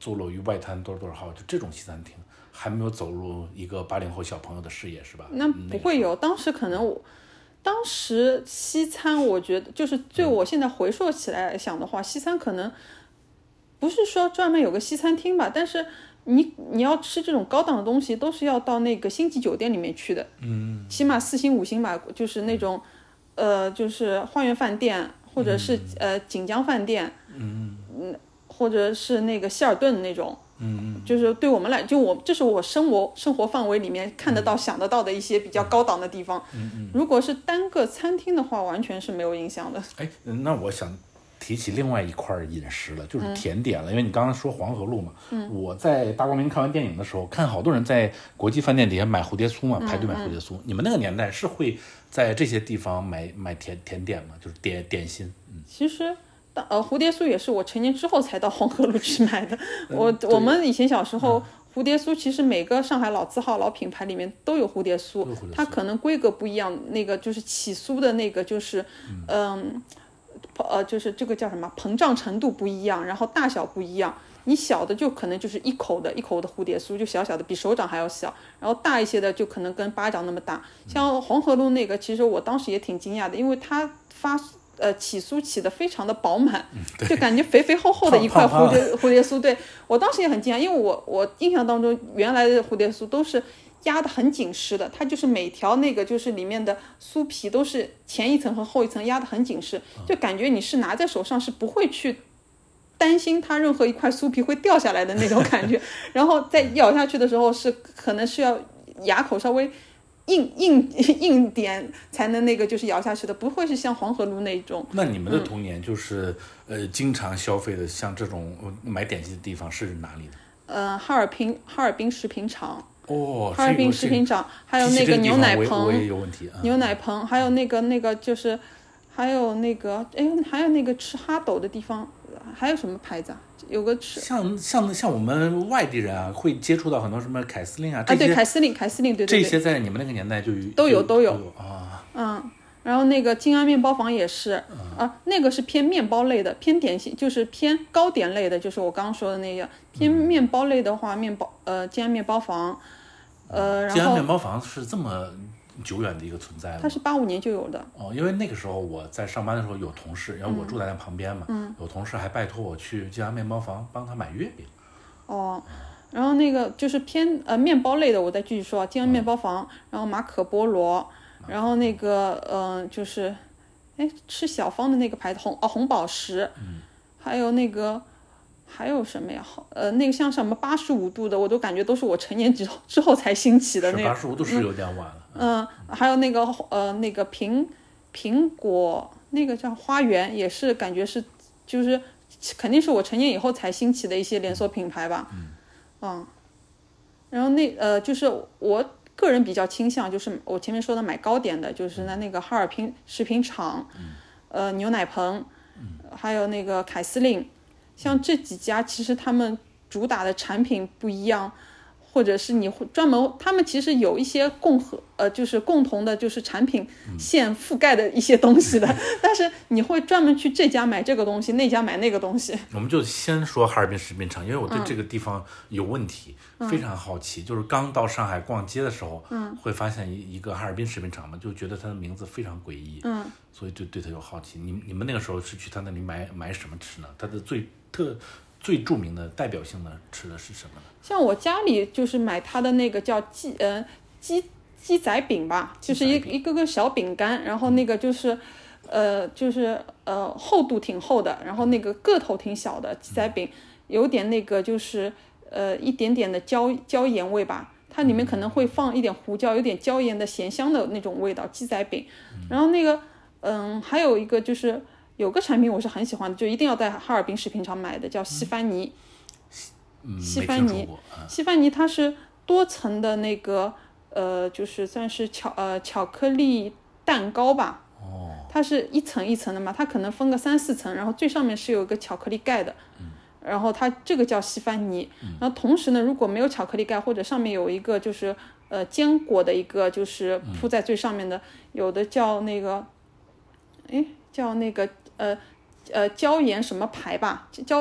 Speaker 2: 坐落于外滩多少多少号，就这种西餐厅还没有走入一个八零后小朋友的视野，是吧？
Speaker 1: 那不会有，当时可能我。当时西餐，我觉得就是对我现在回溯起来想的话，嗯、西餐可能不是说专门有个西餐厅吧，但是你你要吃这种高档的东西，都是要到那个星级酒店里面去的，
Speaker 2: 嗯，
Speaker 1: 起码四星五星吧，就是那种，呃，就是花园饭店，或者是、嗯、呃锦江饭店，
Speaker 2: 嗯
Speaker 1: 嗯，或者是那个希尔顿那种。
Speaker 2: 嗯，
Speaker 1: 就是对我们来，就我这是我生活生活范围里面看得到、嗯、想得到的一些比较高档的地方。
Speaker 2: 嗯嗯，
Speaker 1: 如果是单个餐厅的话，完全是没有印象的。
Speaker 2: 哎，那我想提起另外一块饮食了，就是甜点了。嗯、因为你刚刚说黄河路嘛，
Speaker 1: 嗯，
Speaker 2: 我在大光明看完电影的时候，看好多人在国际饭店底下买蝴蝶酥嘛，排队买蝴蝶酥。嗯嗯、你们那个年代是会在这些地方买买甜甜点吗？就是点点心？嗯，
Speaker 1: 其实。呃，蝴蝶酥也是我成年之后才到黄河路去买的。我我们以前小时候，嗯、蝴蝶酥其实每个上海老字号、老品牌里面都有蝴蝶酥，
Speaker 2: 蝴蝶酥它
Speaker 1: 可能规格不一样，那个就是起酥的那个就是，嗯，呃, 呃，就是这个叫什么膨胀程度不一样，然后大小不一样。你小的就可能就是一口的一口的蝴蝶酥，就小小的，比手掌还要小，然后大一些的就可能跟巴掌那么大。像黄河路那个，其实我当时也挺惊讶的，因为它发。呃，起酥起的非常的饱满，
Speaker 2: 嗯、
Speaker 1: 就感觉肥肥厚厚的一块蝴蝶
Speaker 2: 胖胖
Speaker 1: 蝴蝶酥。对，我当时也很惊讶，因为我我印象当中原来的蝴蝶酥都是压得很紧实的，它就是每条那个就是里面的酥皮都是前一层和后一层压得很紧实，就感觉你是拿在手上是不会去担心它任何一块酥皮会掉下来的那种感觉，然后在咬下去的时候是可能是要牙口稍微。硬硬硬点才能那个就是咬下去的，不会是像黄河路那种。
Speaker 2: 那你们的童年就是、嗯、呃经常消费的像这种买点心的地方是哪里的？
Speaker 1: 呃，哈尔滨哈尔滨食品厂。
Speaker 2: 哦，
Speaker 1: 哈尔滨食品厂，还有那个牛奶棚，
Speaker 2: 我也有问题。嗯、
Speaker 1: 牛奶棚，还有那个那个就是，还有那个哎，还有那个吃哈斗的地方，还有什么牌子啊？有个吃
Speaker 2: 像像像我们外地人啊，会接触到很多什么凯司令啊，这些
Speaker 1: 啊，对凯司令，凯司令，对对对，
Speaker 2: 这些在你们那个年代就
Speaker 1: 都有都有
Speaker 2: 啊，
Speaker 1: 嗯，然后那个静安面包房也是、嗯、啊，那个是偏面包类的，偏点心，就是偏糕点类的，就是我刚刚说的那个偏面包类的话，面包呃静安面包房，呃，然后
Speaker 2: 静安面包房是这么久远的一个存在吗？
Speaker 1: 它是八五年就有的
Speaker 2: 哦，因为那个时候我在上班的时候有同事，然后我住在那旁边嘛，
Speaker 1: 嗯、
Speaker 2: 有同事还拜托我去静安面包房帮他买月饼。
Speaker 1: 哦，然后那个就是偏呃面包类的，我再继续说，静安面包房，嗯、然后马可波罗，然后那个嗯、呃、就是，哎吃小方的那个牌子红哦红宝石，
Speaker 2: 嗯、
Speaker 1: 还有那个。还有什么呀？呃，那个像什么八十五度的，我都感觉都是我成年之后之后才兴起的那个。
Speaker 2: 八十五度是有点晚了。
Speaker 1: 嗯，嗯还有那个呃那个苹苹果那个叫花园，也是感觉是就是肯定是我成年以后才兴起的一些连锁品牌吧。
Speaker 2: 嗯。
Speaker 1: 嗯。然后那呃就是我个人比较倾向就是我前面说的买糕点的，就是那那个哈尔滨食品厂，
Speaker 2: 嗯、
Speaker 1: 呃牛奶棚，
Speaker 2: 嗯、
Speaker 1: 还有那个凯司令。像这几家其实他们主打的产品不一样，或者是你会专门他们其实有一些共和呃就是共同的就是产品线覆盖的一些东西的、嗯、但是你会专门去这家买这个东西，那家买那个东西。
Speaker 2: 我们就先说哈尔滨食品厂，因为我对这个地方有问题、
Speaker 1: 嗯、
Speaker 2: 非常好奇，就是刚到上海逛街的时候、
Speaker 1: 嗯、
Speaker 2: 会发现一个哈尔滨食品厂嘛，就觉得它的名字非常诡异，
Speaker 1: 嗯，
Speaker 2: 所以就对它有好奇。你你们那个时候是去他那里买买什么吃呢？它的最特最著名的代表性的吃的是什么呢？
Speaker 1: 像我家里就是买它的那个叫鸡呃鸡鸡仔饼吧，就是一一个个小饼干，然后那个就是、嗯、呃就是呃厚度挺厚的，然后那个个头挺小的鸡仔饼，有点那个就是呃一点点的椒椒盐味吧，它里面可能会放一点胡椒，有点椒盐的咸香的那种味道，鸡仔饼。然后那个嗯还有一个就是有个产品我是很喜欢的，就一定要在哈尔滨食品厂买的，叫西番泥。
Speaker 2: 嗯，
Speaker 1: 西番泥，
Speaker 2: 嗯、
Speaker 1: 西番泥它是多层的那个呃，就是算是巧呃巧克力蛋糕吧。
Speaker 2: 哦。
Speaker 1: 它是一层一层的嘛，它可能分个三四层，然后最上面是有一个巧克力盖的。
Speaker 2: 嗯。
Speaker 1: 然后它这个叫西番泥。
Speaker 2: 嗯。
Speaker 1: 然后同时呢，如果没有巧克力盖或者上面有一个就是呃坚果的一个就是铺在最上面的，嗯、有的叫那个，哎，叫那个呃呃椒盐什么牌吧，椒。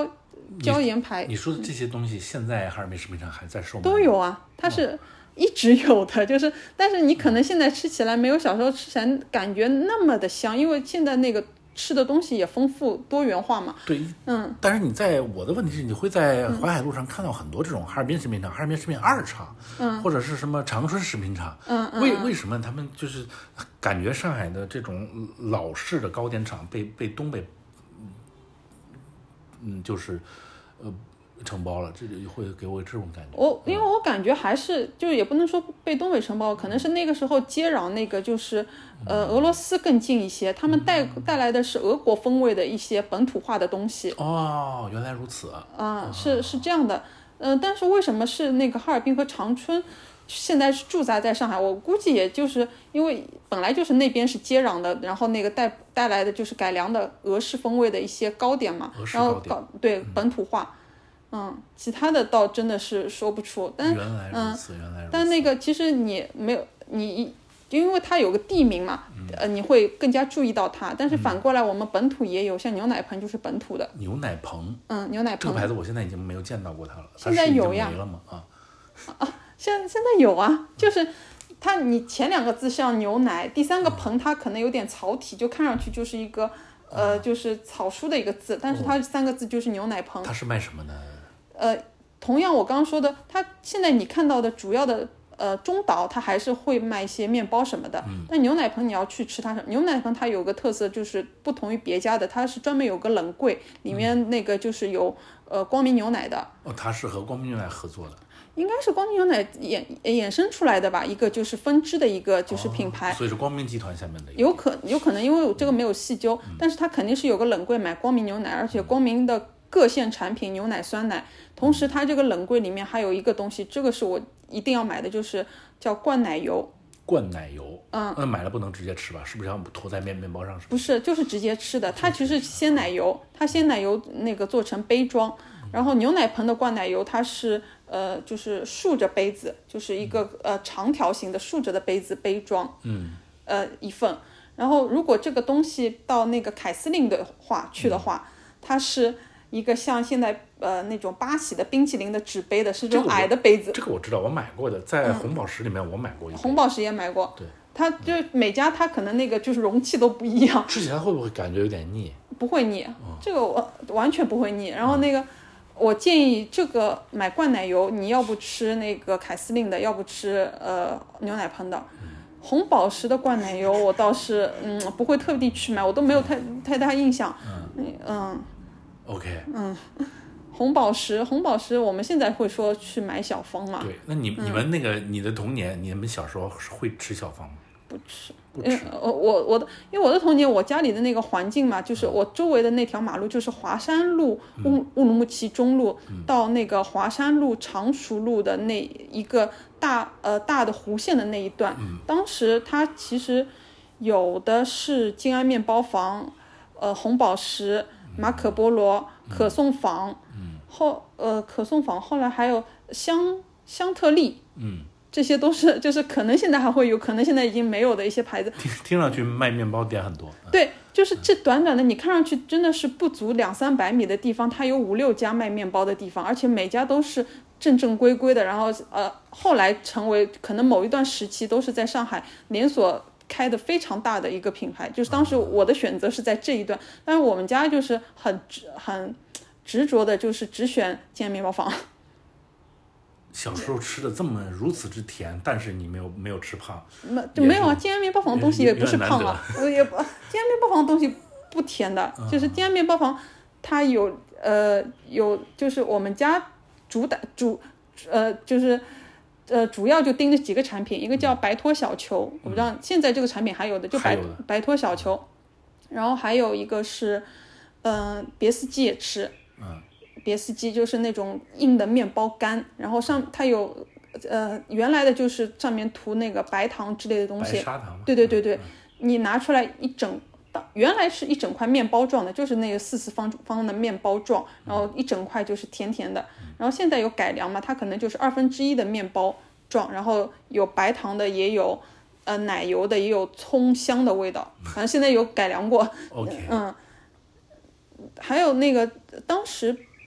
Speaker 1: 椒盐排。
Speaker 2: 你说的这些东西，现在哈尔滨食品厂还在售吗？
Speaker 1: 都有啊，它是一直有的，就是，但是你可能现在吃起来没有小时候吃起来感觉那么的香，因为现在那个吃的东西也丰富多元化嘛。
Speaker 2: 对，嗯。但是你在我的问题是，你会在淮海路上看到很多这种哈尔滨食品厂、哈尔滨食品二厂，嗯，或者是什么长春食品厂，
Speaker 1: 嗯嗯。
Speaker 2: 为为什么他们就是感觉上海的这种老式的糕点厂被被东北，嗯，就是呃。承包了，这就会给我这种感觉。
Speaker 1: 我因为我感觉还是就是也不能说被东北承包，可能是那个时候接壤那个就是呃俄罗斯更近一些，他们带带来的是俄国风味的一些本土化的东西。
Speaker 2: 哦，原来如此
Speaker 1: 啊！啊是是这样的，嗯、呃，但是为什么是那个哈尔滨和长春现在是驻扎在上海？我估计也就是因为本来就是那边是接壤的，然后那个带带来的就是改良的俄式风味的一些糕点嘛，然后搞对、嗯、本土化。嗯，其他的倒真的是说不出，但
Speaker 2: 原来如此，
Speaker 1: 嗯、
Speaker 2: 原来如此。
Speaker 1: 但那个其实你没有你，因为它有个地名嘛，嗯、呃，你会更加注意到它。但是反过来，我们本土也有，像牛奶棚就是本土的。
Speaker 2: 牛奶棚，
Speaker 1: 嗯，牛奶棚
Speaker 2: 这个牌子我现在已经没有见到过它了。
Speaker 1: 现在有呀？
Speaker 2: 它是已经没了吗？啊
Speaker 1: 啊，现在现在有啊，就是它你前两个字像牛奶，第三个棚它可能有点草体，就看上去就是一个呃就是草书的一个字，但是它三个字就是牛奶棚。
Speaker 2: 它是卖什么的？
Speaker 1: 呃，同样我刚刚说的，它现在你看到的主要的呃中岛，它还是会卖一些面包什么的。嗯、但牛奶棚你要去吃它，牛奶棚它有个特色就是不同于别家的，它是专门有个冷柜，里面那个就是有、嗯、呃光明牛奶的。
Speaker 2: 哦，它是和光明牛奶合作的。
Speaker 1: 应该是光明牛奶衍衍生出来的吧，一个就是分支的一个就是品牌。
Speaker 2: 哦、所以是光明集团下面的。
Speaker 1: 有可有可能，因为我这个没有细究，嗯、但是它肯定是有个冷柜买光明牛奶，而且光明的各线产品牛奶酸奶，同时它这个冷柜里面还有一个东西，这个是我一定要买的，就是叫灌奶油。
Speaker 2: 灌奶油，嗯，那买了不能直接吃吧？是不是要涂在面面包上？是
Speaker 1: 不是，就是直接吃的。它其实是鲜奶油，它鲜奶油那个做成杯装，然后牛奶棚的灌奶油它是呃就是竖着杯子，就是一个呃长条形的竖着的杯子杯装，嗯，呃一份。然后如果这个东西到那个凯司令的话去的话，嗯、它是一个像现在呃那种八喜的冰淇淋的纸杯的，是这种矮的杯子。
Speaker 2: 这个我，这个我知道，我买过的，在红宝石里面我买过一杯。
Speaker 1: 红宝石也买过。
Speaker 2: 对。
Speaker 1: 它就每家它可能那个就是容器都不一样。
Speaker 2: 吃起来会不会感觉有点腻？
Speaker 1: 不会腻，嗯、这个我完全不会腻。然后那个、嗯、我建议这个买灌奶油，你要不吃那个凯司令的，要不吃呃牛奶棚的。嗯、红宝石的灌奶油我倒是嗯不会特地去买，我都没有太太大印象。嗯嗯。
Speaker 2: OK。
Speaker 1: 嗯。红宝石，红宝石，我们现在会说去买小方嘛？
Speaker 2: 对，那你、嗯、你们那个你的童年，你们小时候会吃小方吗？
Speaker 1: 不吃，
Speaker 2: 不吃。
Speaker 1: 我我我的，因为我的童年，我家里的那个环境嘛，就是我周围的那条马路就是华山路、乌、嗯、乌鲁木齐中路、嗯、到那个华山路、常熟路的那一个大呃大的弧线的那一段。嗯、当时它其实有的是金安面包房，呃红宝石、马可波罗、嗯、可颂坊。后呃，可颂坊后来还有香香特利，嗯，这些都是就是可能现在还会有，可能现在已经没有的一些牌子。
Speaker 2: 听听上去卖面包店很多。
Speaker 1: 对，就是这短短的，你看上去真的是不足两三百米的地方，它有五六家卖面包的地方，而且每家都是正正规规的。然后呃，后来成为可能某一段时期都是在上海连锁开的非常大的一个品牌。就是当时我的选择是在这一段，但是我们家就是很很。执着的就是只选金安面包房。
Speaker 2: 小时候吃的这么如此之甜，但是你没有没有吃胖？
Speaker 1: 没就没有啊，金安面包房的东西也不是胖啊，我也不金安面包房的东西不甜的，嗯、就是金安面包房它有呃有就是我们家主打主呃就是呃主要就盯着几个产品，一个叫白托小球，嗯、我不知道现在这个产品还有的就白白托小球，然后还有一个是嗯、呃、别斯基也吃。嗯，别斯基就是那种硬的面包干，然后上它有呃原来的就是上面涂那个白糖之类的东西，
Speaker 2: 白砂糖。
Speaker 1: 对对对对，嗯、你拿出来一整，原来是一整块面包状的，就是那个四四方方的面包状，然后一整块就是甜甜的，嗯、然后现在有改良嘛，它可能就是二分之一的面包状，然后有白糖的，也有呃奶油的，也有葱香的味道，反正现在有改良过。
Speaker 2: OK，
Speaker 1: 嗯。还有那个当时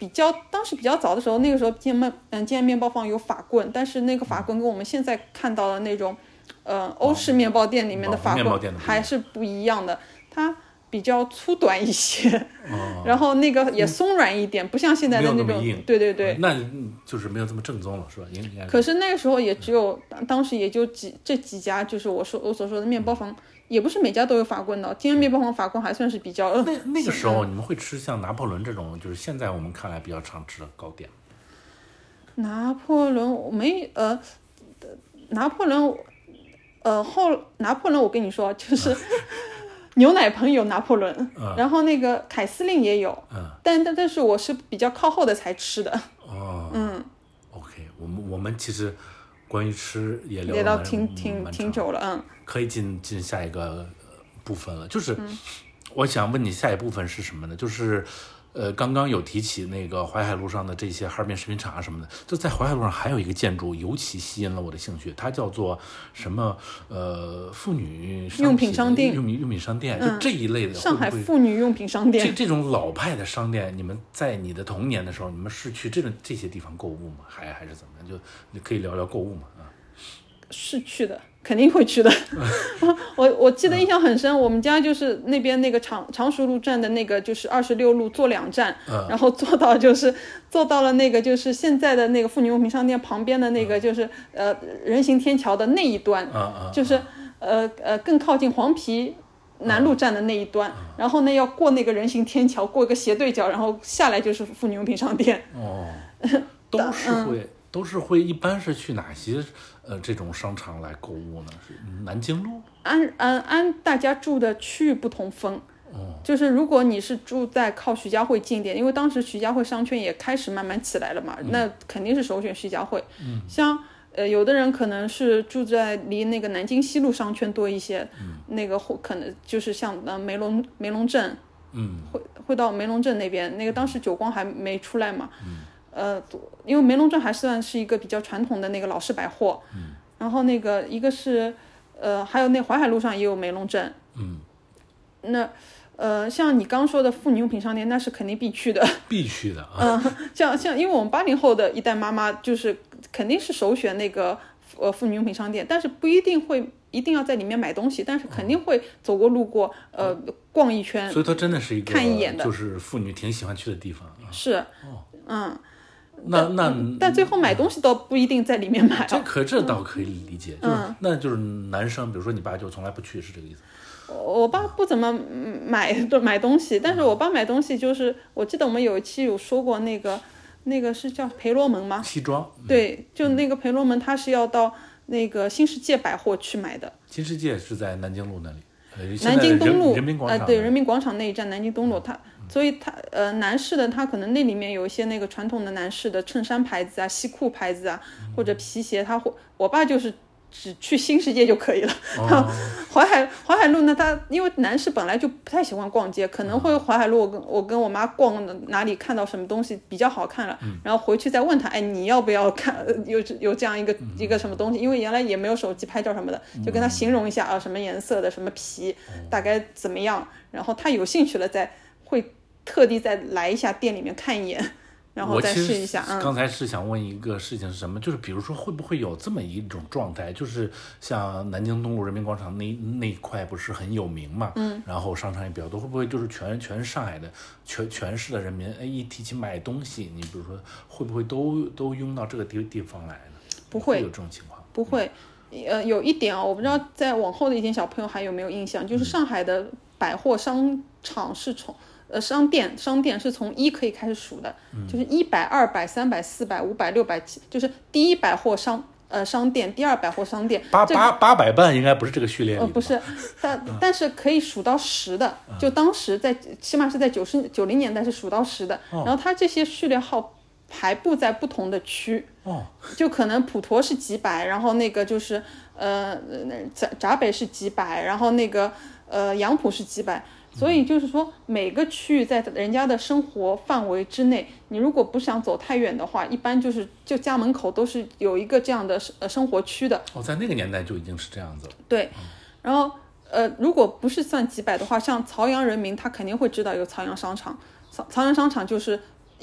Speaker 1: 比较当时比较早的时候，那个时候建面嗯建面包房有法棍，但是那个法棍跟我们现在看到的那种呃欧式面包店里面的法棍还是不一样的，它比较粗短一些，哦、然后那个也松软一点，嗯、不像现在的那种，
Speaker 2: 那
Speaker 1: 对对对，
Speaker 2: 那就是没有这么正宗了，是吧？应该。
Speaker 1: 可是那个时候也只有当时也就几这几家，就是我说我所说的面包房，嗯、也不是每家都有法棍的。今天面包房法棍还算是比较。
Speaker 2: 那那个时候你们会吃像拿破仑这种，就是现在我们看来比较常吃的糕点。
Speaker 1: 拿破仑我没呃，拿破仑呃后拿破仑我跟你说就是。牛奶盆有拿破仑，嗯、然后那个凯司令也有，嗯、但但但是我是比较靠后的才吃的。
Speaker 2: 哦，嗯 ，OK， 我们我们其实关于吃也聊
Speaker 1: 聊挺挺挺久了，嗯，
Speaker 2: 可以进进下一个部分了，就是、嗯、我想问你下一部分是什么呢？就是。呃，刚刚有提起那个淮海路上的这些哈尔滨食品厂啊什么的，就在淮海路上还有一个建筑尤其吸引了我的兴趣，它叫做什么？呃，妇女
Speaker 1: 用品商店，
Speaker 2: 用品用品商店，嗯、就这一类的。
Speaker 1: 上海妇女用品商店，
Speaker 2: 这这种老派的商店，你们在你的童年的时候，你们是去这种这些地方购物吗？还还是怎么样？就你可以聊聊购物嘛啊？
Speaker 1: 是去的。肯定会去的，我我记得印象很深，嗯、我们家就是那边那个常常熟路站的那个就是二十六路坐两站，嗯、然后坐到就是坐到了那个就是现在的那个妇女用品商店旁边的那个就是、嗯、呃人行天桥的那一端，
Speaker 2: 嗯、
Speaker 1: 就是呃呃更靠近黄陂南路站的那一端，嗯、然后呢要过那个人行天桥，过一个斜对角，然后下来就是妇女用品商店。
Speaker 2: 哦，都是会。嗯都是会，一般是去哪些呃这种商场来购物呢？是南京路？
Speaker 1: 按按按大家住的区域不同分，哦，就是如果你是住在靠徐家汇近点，因为当时徐家汇商圈也开始慢慢起来了嘛，嗯、那肯定是首选徐家汇。嗯，像呃有的人可能是住在离那个南京西路商圈多一些，嗯，那个会可能就是像呃梅龙梅龙镇，
Speaker 2: 嗯，
Speaker 1: 会会到梅龙镇那边，那个当时久光还没出来嘛，嗯。呃，因为梅龙镇还算是一个比较传统的那个老式百货，
Speaker 2: 嗯，
Speaker 1: 然后那个一个是，呃，还有那淮海路上也有梅龙镇，
Speaker 2: 嗯，
Speaker 1: 那，呃，像你刚说的妇女用品商店，那是肯定必去的，
Speaker 2: 必去的啊，
Speaker 1: 嗯、呃，像像因为我们八零后的一代妈妈，就是肯定是首选那个呃妇女用品商店，但是不一定会一定要在里面买东西，但是肯定会走过路过，呃，逛一圈，
Speaker 2: 所以它真的是一个
Speaker 1: 看一眼的，
Speaker 2: 就是妇女挺喜欢去的地方啊，
Speaker 1: 是，
Speaker 2: 哦，
Speaker 1: 嗯。
Speaker 2: 那那
Speaker 1: 但最后买东西倒不一定在里面买、啊，
Speaker 2: 这可这倒可以理解，嗯、就是那就是男生，比如说你爸就从来不去，是这个意思。
Speaker 1: 我爸不怎么买买东西，但是我爸买东西就是，我记得我们有一期有说过那个那个是叫培罗门吗？
Speaker 2: 西装。
Speaker 1: 对，就那个培罗门，他是要到那个新世界百货去买的。
Speaker 2: 新世界是在南京路那里。
Speaker 1: 南京东路，
Speaker 2: 人民广场、
Speaker 1: 呃，对，人民广场那一站，南京东路，它，所以它，呃，男士的它可能那里面有一些那个传统的男士的衬衫牌子啊、西裤牌子啊，或者皮鞋，他会，我爸就是只去新世界就可以了。
Speaker 2: 哦、
Speaker 1: 淮海淮海路呢，他因为男士本来就不太喜欢逛街，可能会淮海路我跟我跟我妈逛哪里看到什么东西比较好看了，
Speaker 2: 嗯、
Speaker 1: 然后回去再问他，哎，你要不要看有有这样一个、嗯、一个什么东西？因为原来也没有手机拍照什么的，就跟他形容一下啊，什么颜色的，什么皮，
Speaker 2: 嗯、
Speaker 1: 大概怎么样，然后他有兴趣了再会特地再来一下店里面看一眼。然后再试一下。
Speaker 2: 我刚才是想问一个事情是什么，嗯、就是比如说会不会有这么一种状态，就是像南京东路人民广场那那一块不是很有名嘛，
Speaker 1: 嗯，
Speaker 2: 然后商场也比较多，会不会就是全全上海的全全市的人民，哎，一提起买东西，你比如说会不会都都拥到这个地地方来呢？
Speaker 1: 不会，
Speaker 2: 会有这种情况？
Speaker 1: 不会。嗯、呃，有一点啊、哦，我不知道在往后的一些小朋友还有没有印象，就是上海的百货商场是从。呃，商店商店是从一可以开始数的，
Speaker 2: 嗯、
Speaker 1: 就是一百、二百、三百、四百、五百、六百，就是第一百货商呃商店，第二百货商店。
Speaker 2: 八八八百半应该不是这个序列里的。
Speaker 1: 呃，不是，但、嗯、但是可以数到十的，就当时在起码是在九十九零年代是数到十的。
Speaker 2: 哦、
Speaker 1: 然后它这些序列号排布在不同的区，
Speaker 2: 哦，
Speaker 1: 就可能普陀是几百，然后那个就是呃闸闸北是几百，然后那个呃杨浦是几百。所以就是说，每个区域在人家的生活范围之内，你如果不想走太远的话，一般就是就家门口都是有一个这样的呃生活区的。
Speaker 2: 哦，在那个年代就已经是这样子了。
Speaker 1: 对，然后呃，如果不是算几百的话，像曹阳人民，他肯定会知道有曹阳商场。曹曹阳商场就是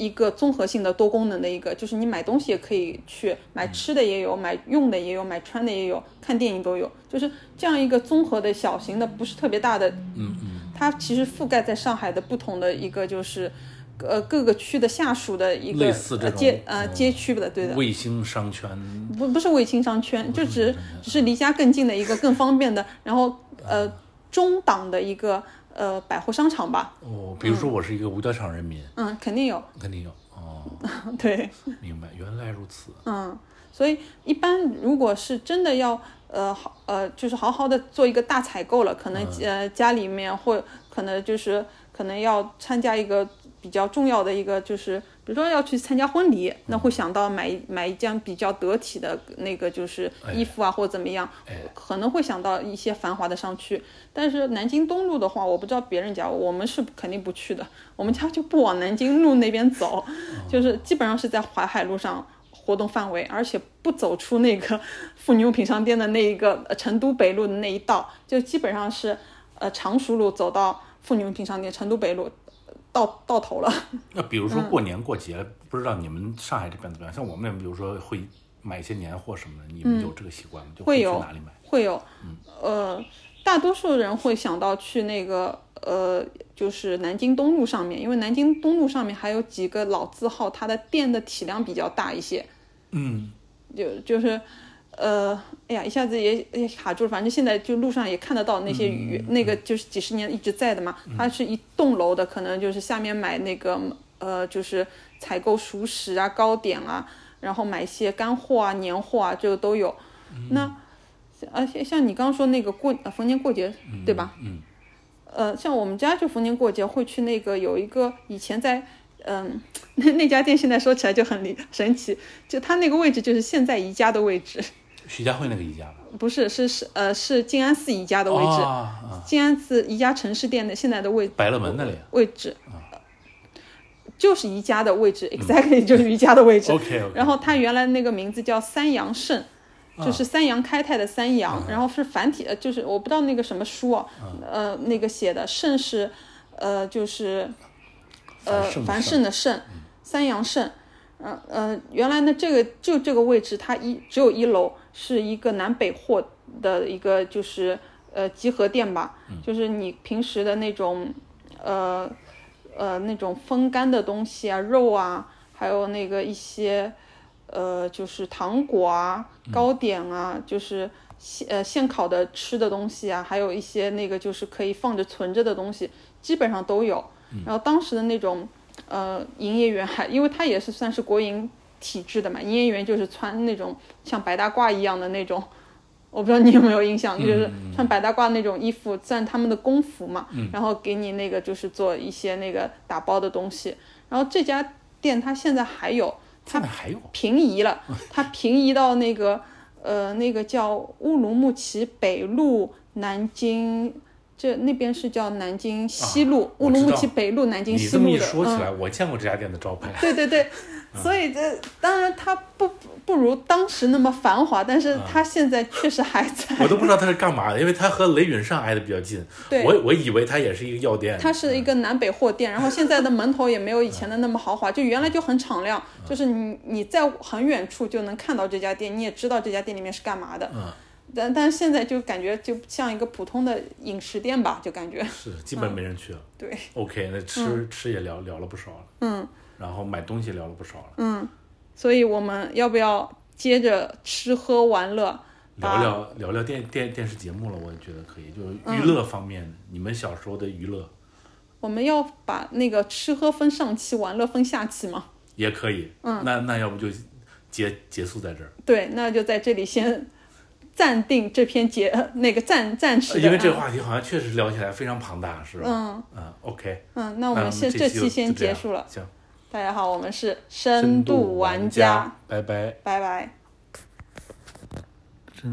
Speaker 1: 一个综合性的多功能的一个，就是你买东西也可以去买吃的也有，买用的也有，买穿的也有，看电影都有，就是这样一个综合的小型的，不是特别大的。
Speaker 2: 嗯嗯，
Speaker 1: 它其实覆盖在上海的不同的一个就是呃各个区的下属的一个
Speaker 2: 类似这种
Speaker 1: 街呃街区的，对的。
Speaker 2: 卫星商圈
Speaker 1: 不不是卫星商圈，就只只是离家更近的一个更方便的，然后呃中档的一个呃百货商场吧。
Speaker 2: 哦，比如说我是一个五角场人民，
Speaker 1: 嗯，肯定有，
Speaker 2: 肯定有哦。
Speaker 1: 对，
Speaker 2: 明白，原来如此。
Speaker 1: 嗯，所以一般如果是真的要呃好呃就是好好的做一个大采购了，可能、嗯、呃家里面或可能就是可能要参加一个比较重要的一个就是比如说要去参加婚礼，那会想到买买一件比较得体的那个就是衣服啊、哎、或者怎么样、哎、可能会想到一些繁华的商区。但是南京东路的话，我不知道别人家，我们是肯定不去的，我们家就不往南京路那边走、嗯、就是基本上是在淮海路上活动范围，而且不走出那个妇女用品商店的那一个成都北路的那一道，就基本上是呃常熟路走到妇女用品商店成都北路到到头了。
Speaker 2: 那比如说过年过节、嗯、不知道你们上海这边怎么样，像我们比如说会买一些年货什么的，你们有这个习惯吗、嗯、就会去哪里买？
Speaker 1: 会有，嗯、呃大多数人会想到去那个呃就是南京东路上面，因为南京东路上面还有几个老字号，它的店的体量比较大一些。
Speaker 2: 嗯，
Speaker 1: 就就是呃哎呀一下子也也卡住了，反正现在就路上也看得到那些鱼、嗯、那个就是几十年一直在的嘛、嗯、它是一栋楼的，可能就是下面买那个呃就是采购熟食啊糕点啊，然后买一些干货啊年货啊，这个都有、嗯、那呃像你刚刚说那个过、呃、逢年过节、嗯、对吧？
Speaker 2: 嗯，
Speaker 1: 呃像我们家就逢年过节会去那个有一个以前在嗯，那那家店现在说起来就很神奇，就它那个位置就是现在宜家的位置。
Speaker 2: 徐家汇那个宜家吧？
Speaker 1: 不是，是是呃是静安寺宜家的位置。
Speaker 2: 哦啊、
Speaker 1: 静安寺宜家城市店的现在的位置。
Speaker 2: 百乐门那里。
Speaker 1: 位置。啊、就是宜家的位置、嗯、，exactly 就是宜家的位置。
Speaker 2: OK OK。
Speaker 1: 然后它原来那个名字叫三阳盛。就是三阳开泰的三阳、啊，然后是繁体，就是我不知道那个什么书啊，啊呃，那个写的盛是，呃，就是呃繁盛的盛，嗯、三阳盛，呃呃，原来呢这个就这个位置，它一只有一楼，是一个南北货的一个就是呃集合店吧，嗯、就是你平时的那种呃呃那种风干的东西啊，肉啊，还有那个一些。呃，就是糖果啊、糕点啊，嗯、就是呃现烤的吃的东西啊，还有一些那个就是可以放着存着的东西，基本上都有。嗯、然后当时的那种呃营业员还，因为他也是算是国营体制的嘛，营业员就是穿那种像白大褂一样的那种，我不知道你有没有印象，嗯、就是穿白大褂那种衣服，算他们的工服嘛。嗯、然后给你那个就是做一些那个打包的东西。然后这家店它现在还有。它平移了，它平移到那个呃那个叫乌鲁木齐北路南京，这那边是叫南京西路，啊、乌鲁木齐北路南京西路的。
Speaker 2: 你这么一说起来，嗯、我见过这家店的招牌。
Speaker 1: 对对对，所以这当然它不不如当时那么繁华，但是它现在确实还在。
Speaker 2: 我都不知道它是干嘛的，因为它和雷允上挨得比较近。
Speaker 1: 对，
Speaker 2: 我我以为它也是一个药店。
Speaker 1: 它是一个南北货店，然后现在的门头也没有以前的那么豪华，就原来就很敞亮，就是你你在很远处就能看到这家店，你也知道这家店里面是干嘛的。嗯。但但是现在就感觉就像一个普通的饮食店吧，就感觉
Speaker 2: 是基本没人去了。
Speaker 1: 嗯、对。
Speaker 2: OK， 那吃、嗯、吃也聊聊了不少了。
Speaker 1: 嗯。
Speaker 2: 然后买东西聊了不少了。
Speaker 1: 嗯。所以我们要不要接着吃喝玩乐
Speaker 2: 聊聊聊聊电电电视节目了？我觉得可以，就是娱乐方面、嗯，你们小时候的娱乐。
Speaker 1: 我们要把那个吃喝分上期，玩乐分下期吗？
Speaker 2: 也可以。嗯，那那要不就结结束在这儿。
Speaker 1: 对，那就在这里先暂定这篇节那个暂暂时的。
Speaker 2: 因为这个话题好像确实聊起来非常庞大，是吧？
Speaker 1: 嗯
Speaker 2: 嗯 ，OK。
Speaker 1: 嗯，那我们先这期先结束了。
Speaker 2: 行。
Speaker 1: 大家好，我们是深度玩家，
Speaker 2: 拜拜，
Speaker 1: 拜拜。